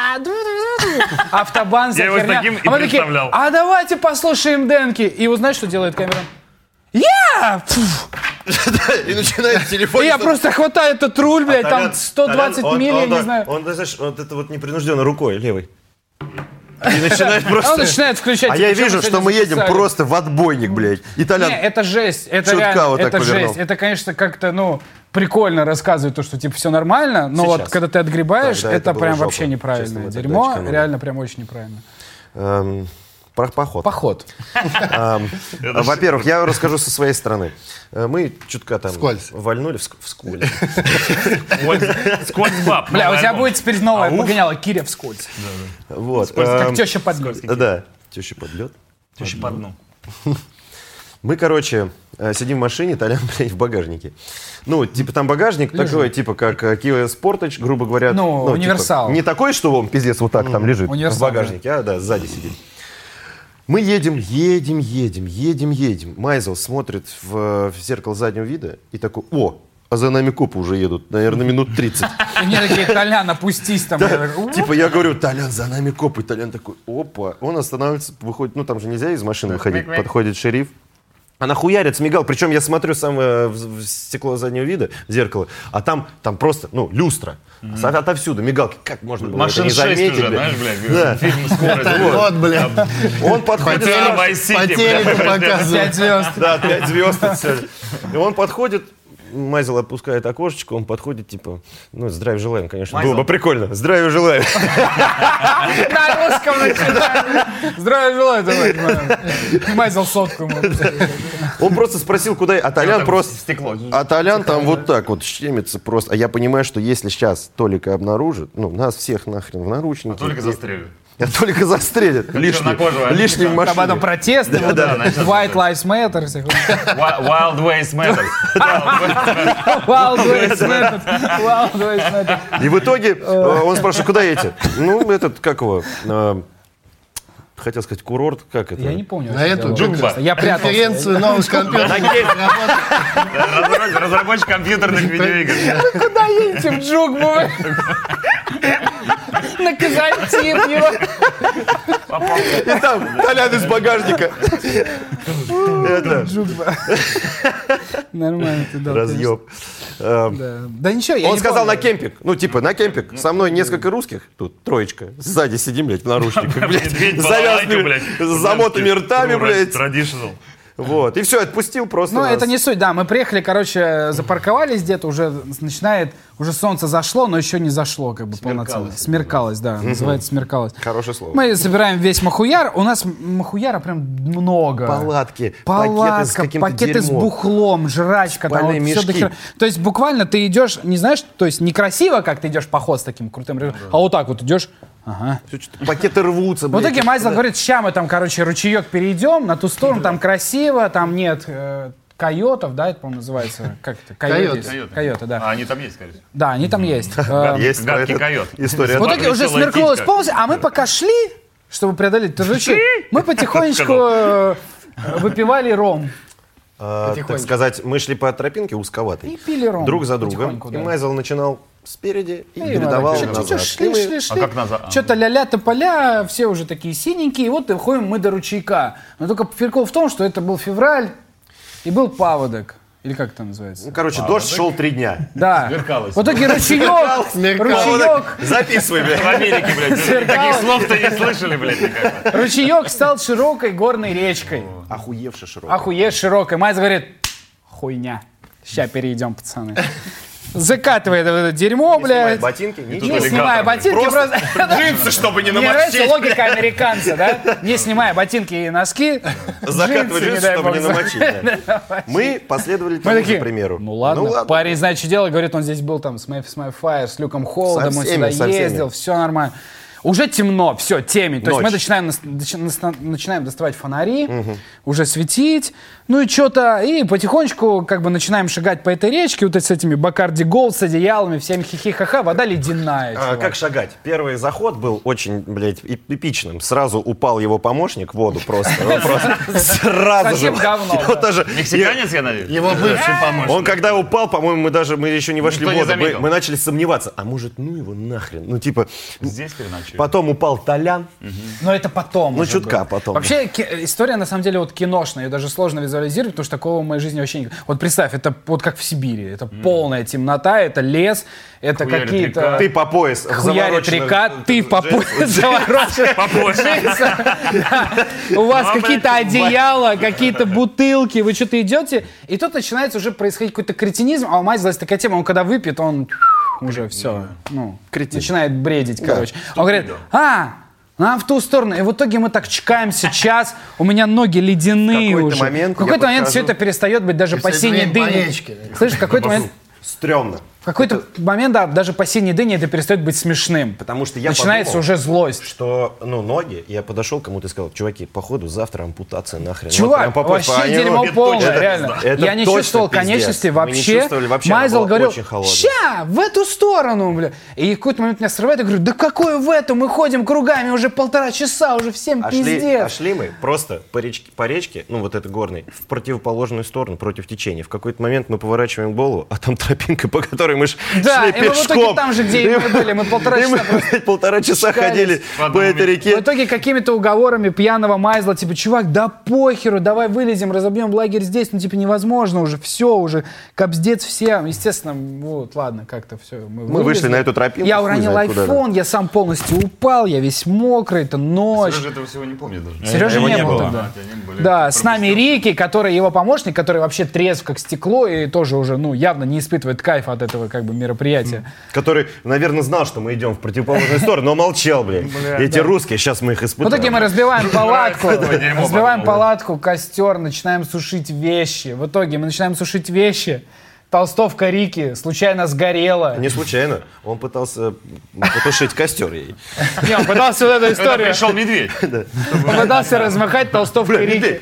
автобан, вся Я его с херня. таким и А мы такие, представлял. а давайте послушаем Денки. И узнаешь, что делает Кэмерон? Я! И начинает телефон. И я просто хватаю этот руль, блядь, там сто двадцать миль, я не знаю. Он, знаешь, вот это вот непринужденно рукой левой. И начинает А просто... он начинает включать. А типа, я что вижу, мы что сегодня мы едем записали. просто в отбойник, блядь. Итальян. Не, это жесть, это Чутка реально, вот так это повернул. жесть. Это, конечно, как-то, ну, прикольно рассказывать то, что, типа, все нормально, но Сейчас. вот когда ты отгребаешь, Тогда это, это было прям жопа. вообще Честно, неправильное мы тогда дерьмо, очканули. реально прям очень неправильно. Эм, Про поход. Поход. Эм, Во-первых, я расскажу со своей стороны. Э, Мы чутка там Вскользь. вальнули в ск- вскользь. Сквозь баб. Бля, у новый тебя альбом. будет теперь новое Ауф. погоняло Киря вскользь. Вот. Как эм, теща под лед. Да, теща под лед. Теща по дну. Мы, короче, э, сидим в машине, Толян, блядь, в багажнике. Ну, типа там багажник такой, типа как э, Kia Sportage, грубо говоря. Ну, типа, универсал. не такой, что он, пиздец, вот так там лежит Универсал, в багажнике, а, да, сзади сидит. Мы едем, едем, едем, едем, едем. Майзел смотрит в, в зеркало заднего вида и такой, о, а за нами копы уже едут, наверное, минут тридцать. И мне такие, Толян, опустись там. Я такой, «У». Типа я говорю, Толян, за нами копы. Толян такой, опа. Он останавливается, выходит, ну там же нельзя из машины выходить. Подходит шериф. Она хуярит с мигал. Причем я смотрю сам э, в, в стекло заднего вида, в зеркало, а там, там просто, ну, люстра. Mm-hmm. От, отовсюду мигалки. Как можно было Машин это не шесть заметить? уже, блядь? знаешь, блядь. Да. Фильм «Скорость». Вот, бля. Он подходит... По теле- Vice City, по телеку бля. показывают. Пять звезд. Да, пять звезд. это всё. И он подходит, Майзел опускает окошечко, он подходит, типа, ну, здравия желаем, конечно. Майзел. Было бы прикольно. Здравия желаем. На русском начинаем. Здравия желаю, давай. Майзел сотку ему. Он просто спросил, куда... А Толян там просто... стекло. А Толян там вот так вот щемится просто. А я понимаю, что если сейчас Толика обнаружит, ну, нас всех нахрен в наручники. Только застрелят. Я Толика застрелит. Лишний, чернокожего лишний в А потом машине. протесты, вот да, это, начнется. White Lives Matter, всякое. Wild Ways Matter. Wild Ways Matter. Wild Ways Matter. И в итоге э, он спрашивает, куда едете? Ну, этот, как его... э, Хотел сказать, курорт, как это? Я не помню. На вообще эту диалог. Джумба. Я прятался. Конференцию новых компьютеров. Разработчик- Разработчик компьютерных видеоигр. Куда едете в Джугбу? На Казантип его. И там Толян из багажника. Это, Нормально ты дал. разъеб. Э, Да. Да ничего, я Он не сказал на помню. кемпинг. Ну, типа, на кемпинг. Со мной несколько русских. Тут троечка. Сзади сидим, блядь, в наручниках. Блядь, Медведь, с балалайка, завязанными, блядь. с замотанными ртами, True блядь. Traditional. Вот. И все, отпустил просто Ну, нас. это не суть, да. Мы приехали, короче, запарковались где-то, уже начинает, уже солнце зашло, но еще не зашло, как бы полноценно. Смеркалось, да, называется смеркалось. Хорошее слово. Мы собираем весь махуяр. У нас махуяра прям много. Палатки, Палатка, пакеты с каким-то пакеты с дерьмом. бухлом, жрачка. Там, Спальные вот всё мешки. до хера. То есть буквально ты идешь, не знаешь, то есть некрасиво, как ты идешь в поход с таким крутым, режимом, а вот так вот идешь. Ага. Пакеты рвутся, В блядь. итоге Майзел говорит, ща мы там, короче, ручеек перейдем, на ту сторону, там красиво, там нет э, койотов, да, это, по-моему, называется, как это? Койоты. есть. Койоты. Койоты, да. А они там есть, скорее всего. Да, они там есть. Э, Есть Гадкий этот- койот. История. В итоге уже веселая смеркалось птичка. полностью, а мы пока шли, чтобы преодолеть этот ручей, мы потихонечку э, выпивали ром. А, так сказать, мы шли по тропинке узковатой. И пили ром. Друг за другом. потихоньку, И да. Майзел начинал спереди и И мы передавал так назад. чуть-чуть И шли, мы- шли, шли. А как назад? А. Что-то ля-ля тополя, все уже такие синенькие, и вот доходим мы до ручейка. Но только прикол в том, что это был февраль, и был паводок. Или как это называется? Ну, короче, дождь шел три дня. Да. Смеркалось. В итоге ручеек, ручеек, Записывай, блядь. В Америке, блядь, таких слов-то не слышали, блядь, никогда. ручеек стал широкой горной речкой. Охуевший широкий. Охуеть широкой. Майз говорит, хуйня. Сейчас перейдем, пацаны. Закатывает это дерьмо, Снимает блядь. ботинки, не Не аллигатор, снимая блядь. ботинки, просто... Джинсы, чтобы не Мне нравится намочить. логика американца, да? Не снимая ботинки и носки, Закатывать джинсы, не джинсы, дай чтобы бог, не намочить. да. Мы последовали Мы тому же такие, примеру. ну ладно, парень знает, что делать. Говорит, он здесь был там с My, с My Fire, с Люком Холдом, Со он всеми, сюда со всеми. ездил, все нормально. Уже темно, все, темень. То есть Ночь. мы начинаем, нас- начи- нас- начинаем доставать фонари, уже светить, ну и что-то, и потихонечку как бы начинаем шагать по этой речке, вот с этими Бакарди Голд, с одеялами, всеми хихи-ха-ха, вода ледяная. А, чувак. как шагать? Первый заход был очень, блядь, эп- эпичным. Сразу упал его помощник в воду просто. Он просто сразу же. Совсем говно, Его да. даже- Мексиканец, я надеюсь? Его бывший помощник. Он когда упал, по-моему, мы даже мы еще не вошли в Никто не воду. Мы, заметил. мы начали сомневаться. А может, ну его нахрен? Ну типа. Здесь переначали. Потом упал Толян. Но это потом. Ну, уже чутка было. потом. Вообще, ки- история на самом деле вот киношная, ее даже сложно визуализировать, потому что такого в моей жизни вообще не... Вот представь, это вот как в Сибири, это полная темнота, это лес, это Хуярит какие-то... река. Ты по пояс. в Хуярит завороченных- река, ты по пояс заворочен. По поясу. Да. У вас Ну, какие-то блядь, одеяла, какие-то бутылки, вы что-то идете, и тут начинается уже происходить какой-то кретинизм, а у Майзела есть такая тема, он когда выпьет, он уже все, ну, Кретин. начинает бредить, короче. Он говорит, а, нам в ту сторону. И в итоге мы так чкаемся час, у меня ноги ледяные В какой-то уже. момент в какой-то я момент все подхожу. это перестает быть даже И по всё синей это время по дыне. речке. Слышишь, в какой-то момент... Стрёмно. В какой-то момент, да, даже по синей дыне это перестает быть смешным. Потому что я Начинается подумал, уже злость. что, ну, ноги, я подошел к кому-то и сказал, чуваки, походу завтра ампутация нахрен. Вот Чувак, прям по пояс. вообще Они, дерьмо ну, полное, это- реально. это Я не точно чувствовал пиздец. конечности Мы не вообще. чувствовали вообще, она Майзел была говорил, очень холодная. ща, в эту сторону, бля. И в какой-то момент меня срывает, я говорю, да какой в эту? Мы ходим кругами уже полтора часа, уже всем А шли, пиздец. а шли мы просто по речке, по речке, ну вот этой горной, в противоположную сторону, против течения. В какой-то момент мы поворачиваем голову, а там тропинка, по которой мы ш- Да, шли и мы в итоге пешком. там же, где и мы были, мы полтора И мы, часа просто блядь, полтора часа шкались. ходили по этой В реке. итоге какими-то уговорами пьяного Майзла, типа, чувак, да похеру, давай вылезем, разобьем лагерь здесь, ну, типа, невозможно уже, все, уже, капздец всем. Естественно, вот, ладно, как-то все. Мы, Мы вышли на эту тропинку, Я хуй уронил знает куда, айфон, я сам полностью упал, я весь мокрый, это ночь. Сережа этого всего не помнит даже. Сережи его не, не было было. тогда. А, тебя не было. Да, Я с нами пропустил. Рики, который его помощник, который вообще трезв как стекло и тоже уже, ну, явно не испытывает кайфа от этого, как бы, мероприятия. Который, наверное, знал, что мы идем в противоположную сторону, но молчал, блядь. Эти русские, сейчас мы их В испытаем. итоге мы разбиваем палатку, Нравится это дерьмо разбиваем потом, да. палатку, костер, начинаем сушить вещи. В итоге мы начинаем сушить вещи. Толстовка Рики случайно сгорела. Не случайно. Он пытался потушить костер ей. Не, он пытался вот эту Когда историю. пришел медведь. Он пытался размахать толстовкой Рики.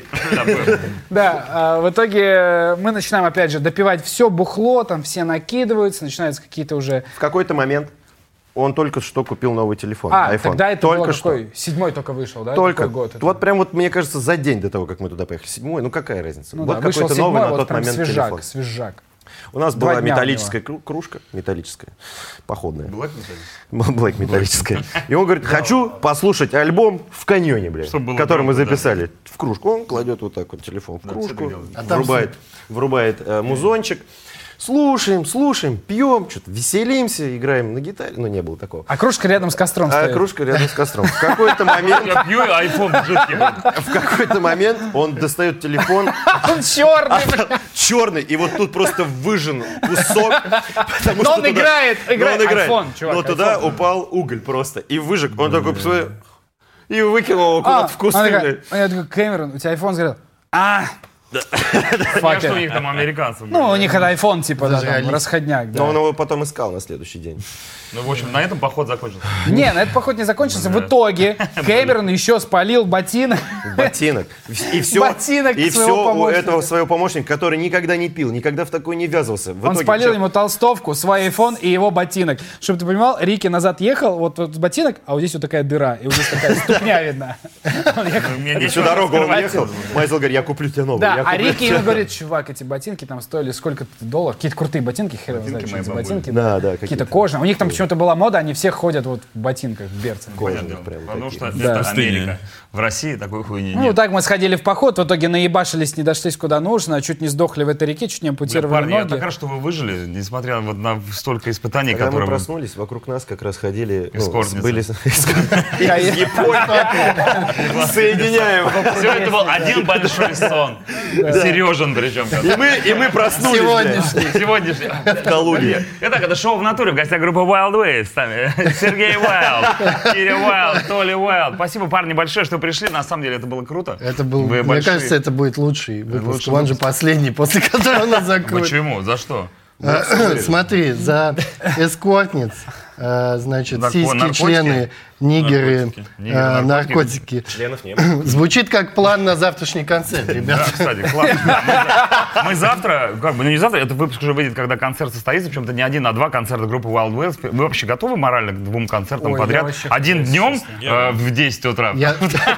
Да, а в итоге мы начинаем опять же допивать все бухло, там все накидываются, начинаются какие-то уже... В какой-то момент он только что купил новый телефон. А, iPhone. тогда это только было что. какой? Седьмой только вышел, да? Только. Какой год это? Вот прям вот, мне кажется, за день до того, как мы туда поехали. Седьмой, ну какая разница? Ну вот да, вышел какой-то седьмой, новый на вот тот прям момент свежак, телефон. свежак. У нас Два была дня у металлическая кру- кружка, металлическая, походная. Блэк металлический? Блэк металлическая. И он говорит, хочу послушать альбом в каньоне, блядь, Чтобы было который мы громко, да. записали. В кружку. Он кладет вот так вот телефон в кружку, делает. А там врубает, врубает э, музончик, слушаем, слушаем, пьем, что-то веселимся, играем на гитаре. Ну, не было такого. А кружка рядом с костром А стоит. кружка рядом с костром. В какой-то момент... Я пью, и айфон жидкий. В какой-то момент он достает телефон. Он черный. Черный, и вот тут просто выжжен кусок. потому Но что он туда- играет, но играет. он играет. Айфон, чувак, Но туда айфон. упал уголь просто. И выжег. Он такой посмотрел и выкинул его куда-то в кусты. она блядь. такая, я такой, Кэмерон, у тебя айфон сгорел. А, Я fuck что у it. них там американцев? Ну, у них это айфон, типа, да, там, Зажрались. расходняк, да. Но он его потом искал на следующий день. Ну, в общем, на этом поход закончился. Не, на этот поход не закончился. В итоге Кэмерон еще спалил ботинок. Ботинок. И все, Ботинок и своего все у помощника. этого своего помощника, который никогда не пил, никогда в такое не ввязывался. В Он итоге спалил чел- ему толстовку, свой айфон и его ботинок. Чтобы ты понимал, Рики назад ехал, вот, вот ботинок, а вот здесь вот такая дыра, и вот здесь такая ступня видна. Он ехал. Мне И нечего всю дорогу он скрывать. ехал. Майзел говорит, я куплю тебе новый. Да, я а куплю Рики тебе ему новый». говорит, чувак, эти ботинки там стоили сколько-то долларов, какие-то крутые ботинки, хер его знает, что моей эти бабули. ботинки. Да, да, Какие-то какие-то. кожаные. У них там почему-то была мода, они все ходят вот в ботинках, в берцах. Кожаных прям Потому такие. что Да. это Америка. В России такой хуйни Ну, нет. так мы сходили в поход, в итоге наебашились, не дошлись куда нужно, чуть не сдохли в этой реке, чуть не Бля, ампутировали парни, я ноги. так рад, что вы выжили, несмотря вот на столько испытаний, Когда мы которые... вы- проснулись, вокруг нас как раз ходили... ну, Эскортницы. были Я- я- Соединяем. Все это был один большой сон. Сережин причем. И мы, и мы проснулись. Сегодняшний. Сегодняшний. В Калуге. Итак, это шоу «В натуре», в гостях группы Wild Ways. Там Сергей Wild, Киря Wild, Толи Wild. Спасибо, парни, большое, что пришли. На самом деле это было круто. Это был, Вы мне большие. кажется, это будет лучший выпуск. Лучший Он же последний, после которого нас закроют. Почему? За что? Смотри, за эскортниц, э, значит, Нарко- сиськи, наркотики? члены, нигеры, Наркотики. э, Нигеры, наркотики. Членов не было. Звучит как план на завтрашний концерт, Да, ребята. кстати, классно. Да, мы за- Мы завтра, как бы, ну не завтра, этот выпуск уже выйдет, когда концерт состоится, причем-то не один, а два концерта группы Wild Ways. Вы вообще готовы морально к двум концертам Ой, я подряд? вообще Один хочу, днем честно. э, в десять утра. Я,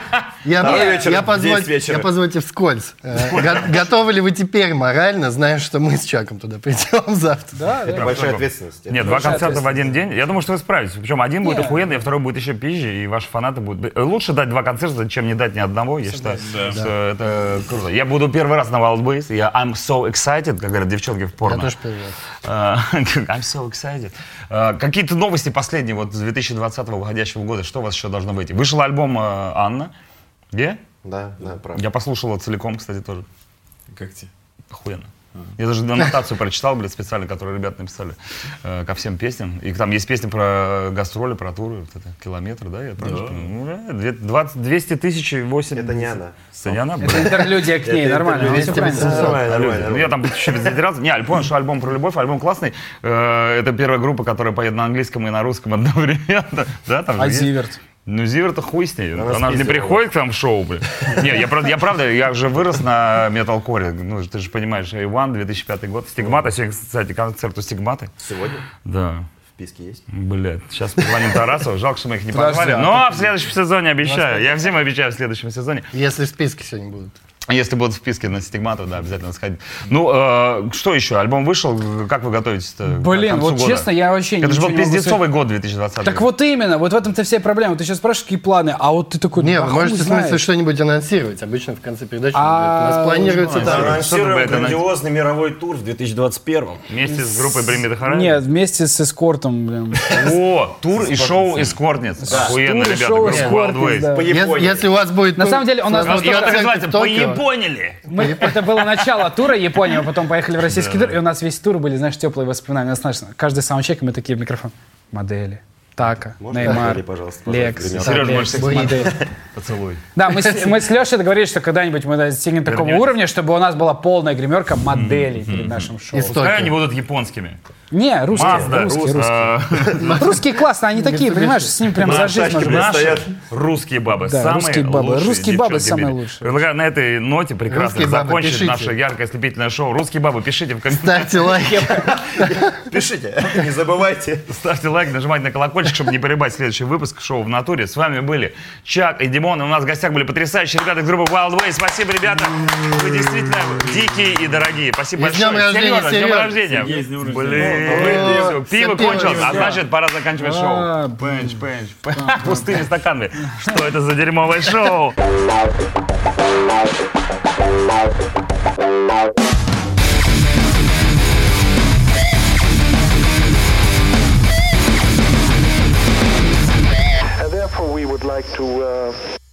я, Второй я, вечер, я, в позволь- десять вечера. я позволь тебе вскользь. Э, го- Готовы ли вы теперь морально, зная, что мы с Чаком туда придем завтра? Да, да. Это большая ответственность. Нет, два большая концерта в один день. Я думаю, что вы справитесь. Причем один будет Не. охуенный, а второй будет еще пизже, и ваши фанаты будут... Лучше дать два концерта, чем не дать ни одного. Я считаю, что это круто. Я буду первый раз на Wild Ways. Я I'm so excited, как говорят девчонки в Я порно. тоже первый раз. А, I'm so excited. А, Какие-то новости последние вот с две тысячи двадцатого уходящего года. Что у вас еще должно выйти? Вышел альбом э, Анна. Где? Да, да, правда. Я послушал его целиком, кстати, тоже. Как тебе? Охуенно. Я даже аннотацию прочитал, блядь, специально, которую ребята написали э, ко всем песням. И там есть песни про гастроли, про туры, вот это, километр, да? Я правильно понимаю? Ну, да, две- двадцать двести тысяч и восемь. Это не она. Это не она, Это блядь. интерлюдия к ней, Это нормально. интерлюдия. всё правильно. двести Нормально, нормально, Ну, нормально. я там еще без задирался. Не, я понял, что альбом про любовь, альбом классный. Э, Это первая группа, которая поет на английском и на русском одновременно. Да, там А же есть. Зиверт? Ну, Зиверт-то хуй с ней. Она Она, же не спиздила. приходит к нам в шоу, блин. Не, я правда, я правда, я уже вырос на металкоре. Ну, ты же понимаешь, Иван, две тысячи пятый год. Стигмата. Сегодня, кстати, концерт у Стигматы. Сегодня Да. в списке есть. Блядь, сейчас позвоним Тарасову. Жалко, что мы их не Подожди, позвали. а Но в следующем сезоне обещаю. Я всем обещаю в следующем сезоне. Если в списке сегодня будут. Если будут в списке на Стигматов, да, обязательно сходить. Ну, э, что еще? Альбом вышел. Как вы готовитесь-то? к Блин, концу вот года? честно, я вообще Это же ничего был не могу пиздецовый год две тысячи двадцатый. Так вот именно, вот в этом-то вся проблема. Ты сейчас спрашиваешь, какие планы, а вот ты такой, Не, да вы хуй можете в знает. смысле что-нибудь анонсировать. Обычно в конце передачи А, у нас планируется ну, там. чтобы Анонсируем это найти. грандиозный мировой тур в две тысячи двадцать первом. Вместе с группой Bring Me the Horizon? Нет, вместе с эскортом, блин. О, тур и шоу «Эскортниц». Охуенно, Тур и ребята. шоу группа Wild «Эскортниц», Ways. да. По Если, Японии. если у вас будет... На тур- самом деле, у нас И вот это концерт называется в Токио, «Пояпонили». Мы, это было начало тура Японии, мы потом поехали в российский тур, и у нас весь тур были, знаешь, теплые воспоминания. У нас, знаешь, каждый саундчек, мы такие в микрофон. Модели. Така, Можно Неймар, модели, пожалуйста, Лекс, пожалуйста, Серёж, Лекс, можешь секс модель. Поцелуй. Да, мы с, мы с Лешей договорились, что когда-нибудь мы достигнем такого Вернётесь. уровня, чтобы у нас была полная гримерка моделей перед нашим шоу. Из Пускай Токио. они будут японскими. Не, русские, Мазда, русские, рус- русские. а, Русские классно, они такие, понимаешь, с ними прям за жизнь можно. Наши стоят. русские бабы. Да, самые русские бабы. лучшие Русские бабы девчонки в самые мире. лучшие. Предлагаю на этой ноте прекрасно Русские бабы, закончить пишите. наше яркое ослепительное шоу. Русские бабы, пишите в комментариях. Ставьте лайки. Пишите, не забывайте. Ставьте лайк, нажимайте на колокольчик, чтобы не перебать следующий выпуск шоу «В натуре». С вами были Чак и Димон. И у нас в гостях были потрясающие ребята из группы Wild Ways. Спасибо, ребята. Вы действительно дикие и дорогие. Спасибо И с днем большое. рождения, Серёжа, с днем Серёж. рождения. Сергей, с днем Блин, рождения. всё, О, пиво всё, кончилось, пиво, а всё. значит, пора заканчивать шоу. А, Пенч, пенч, пенч. Пустыми стаканами. Что это за дерьмовое шоу? would like to uh,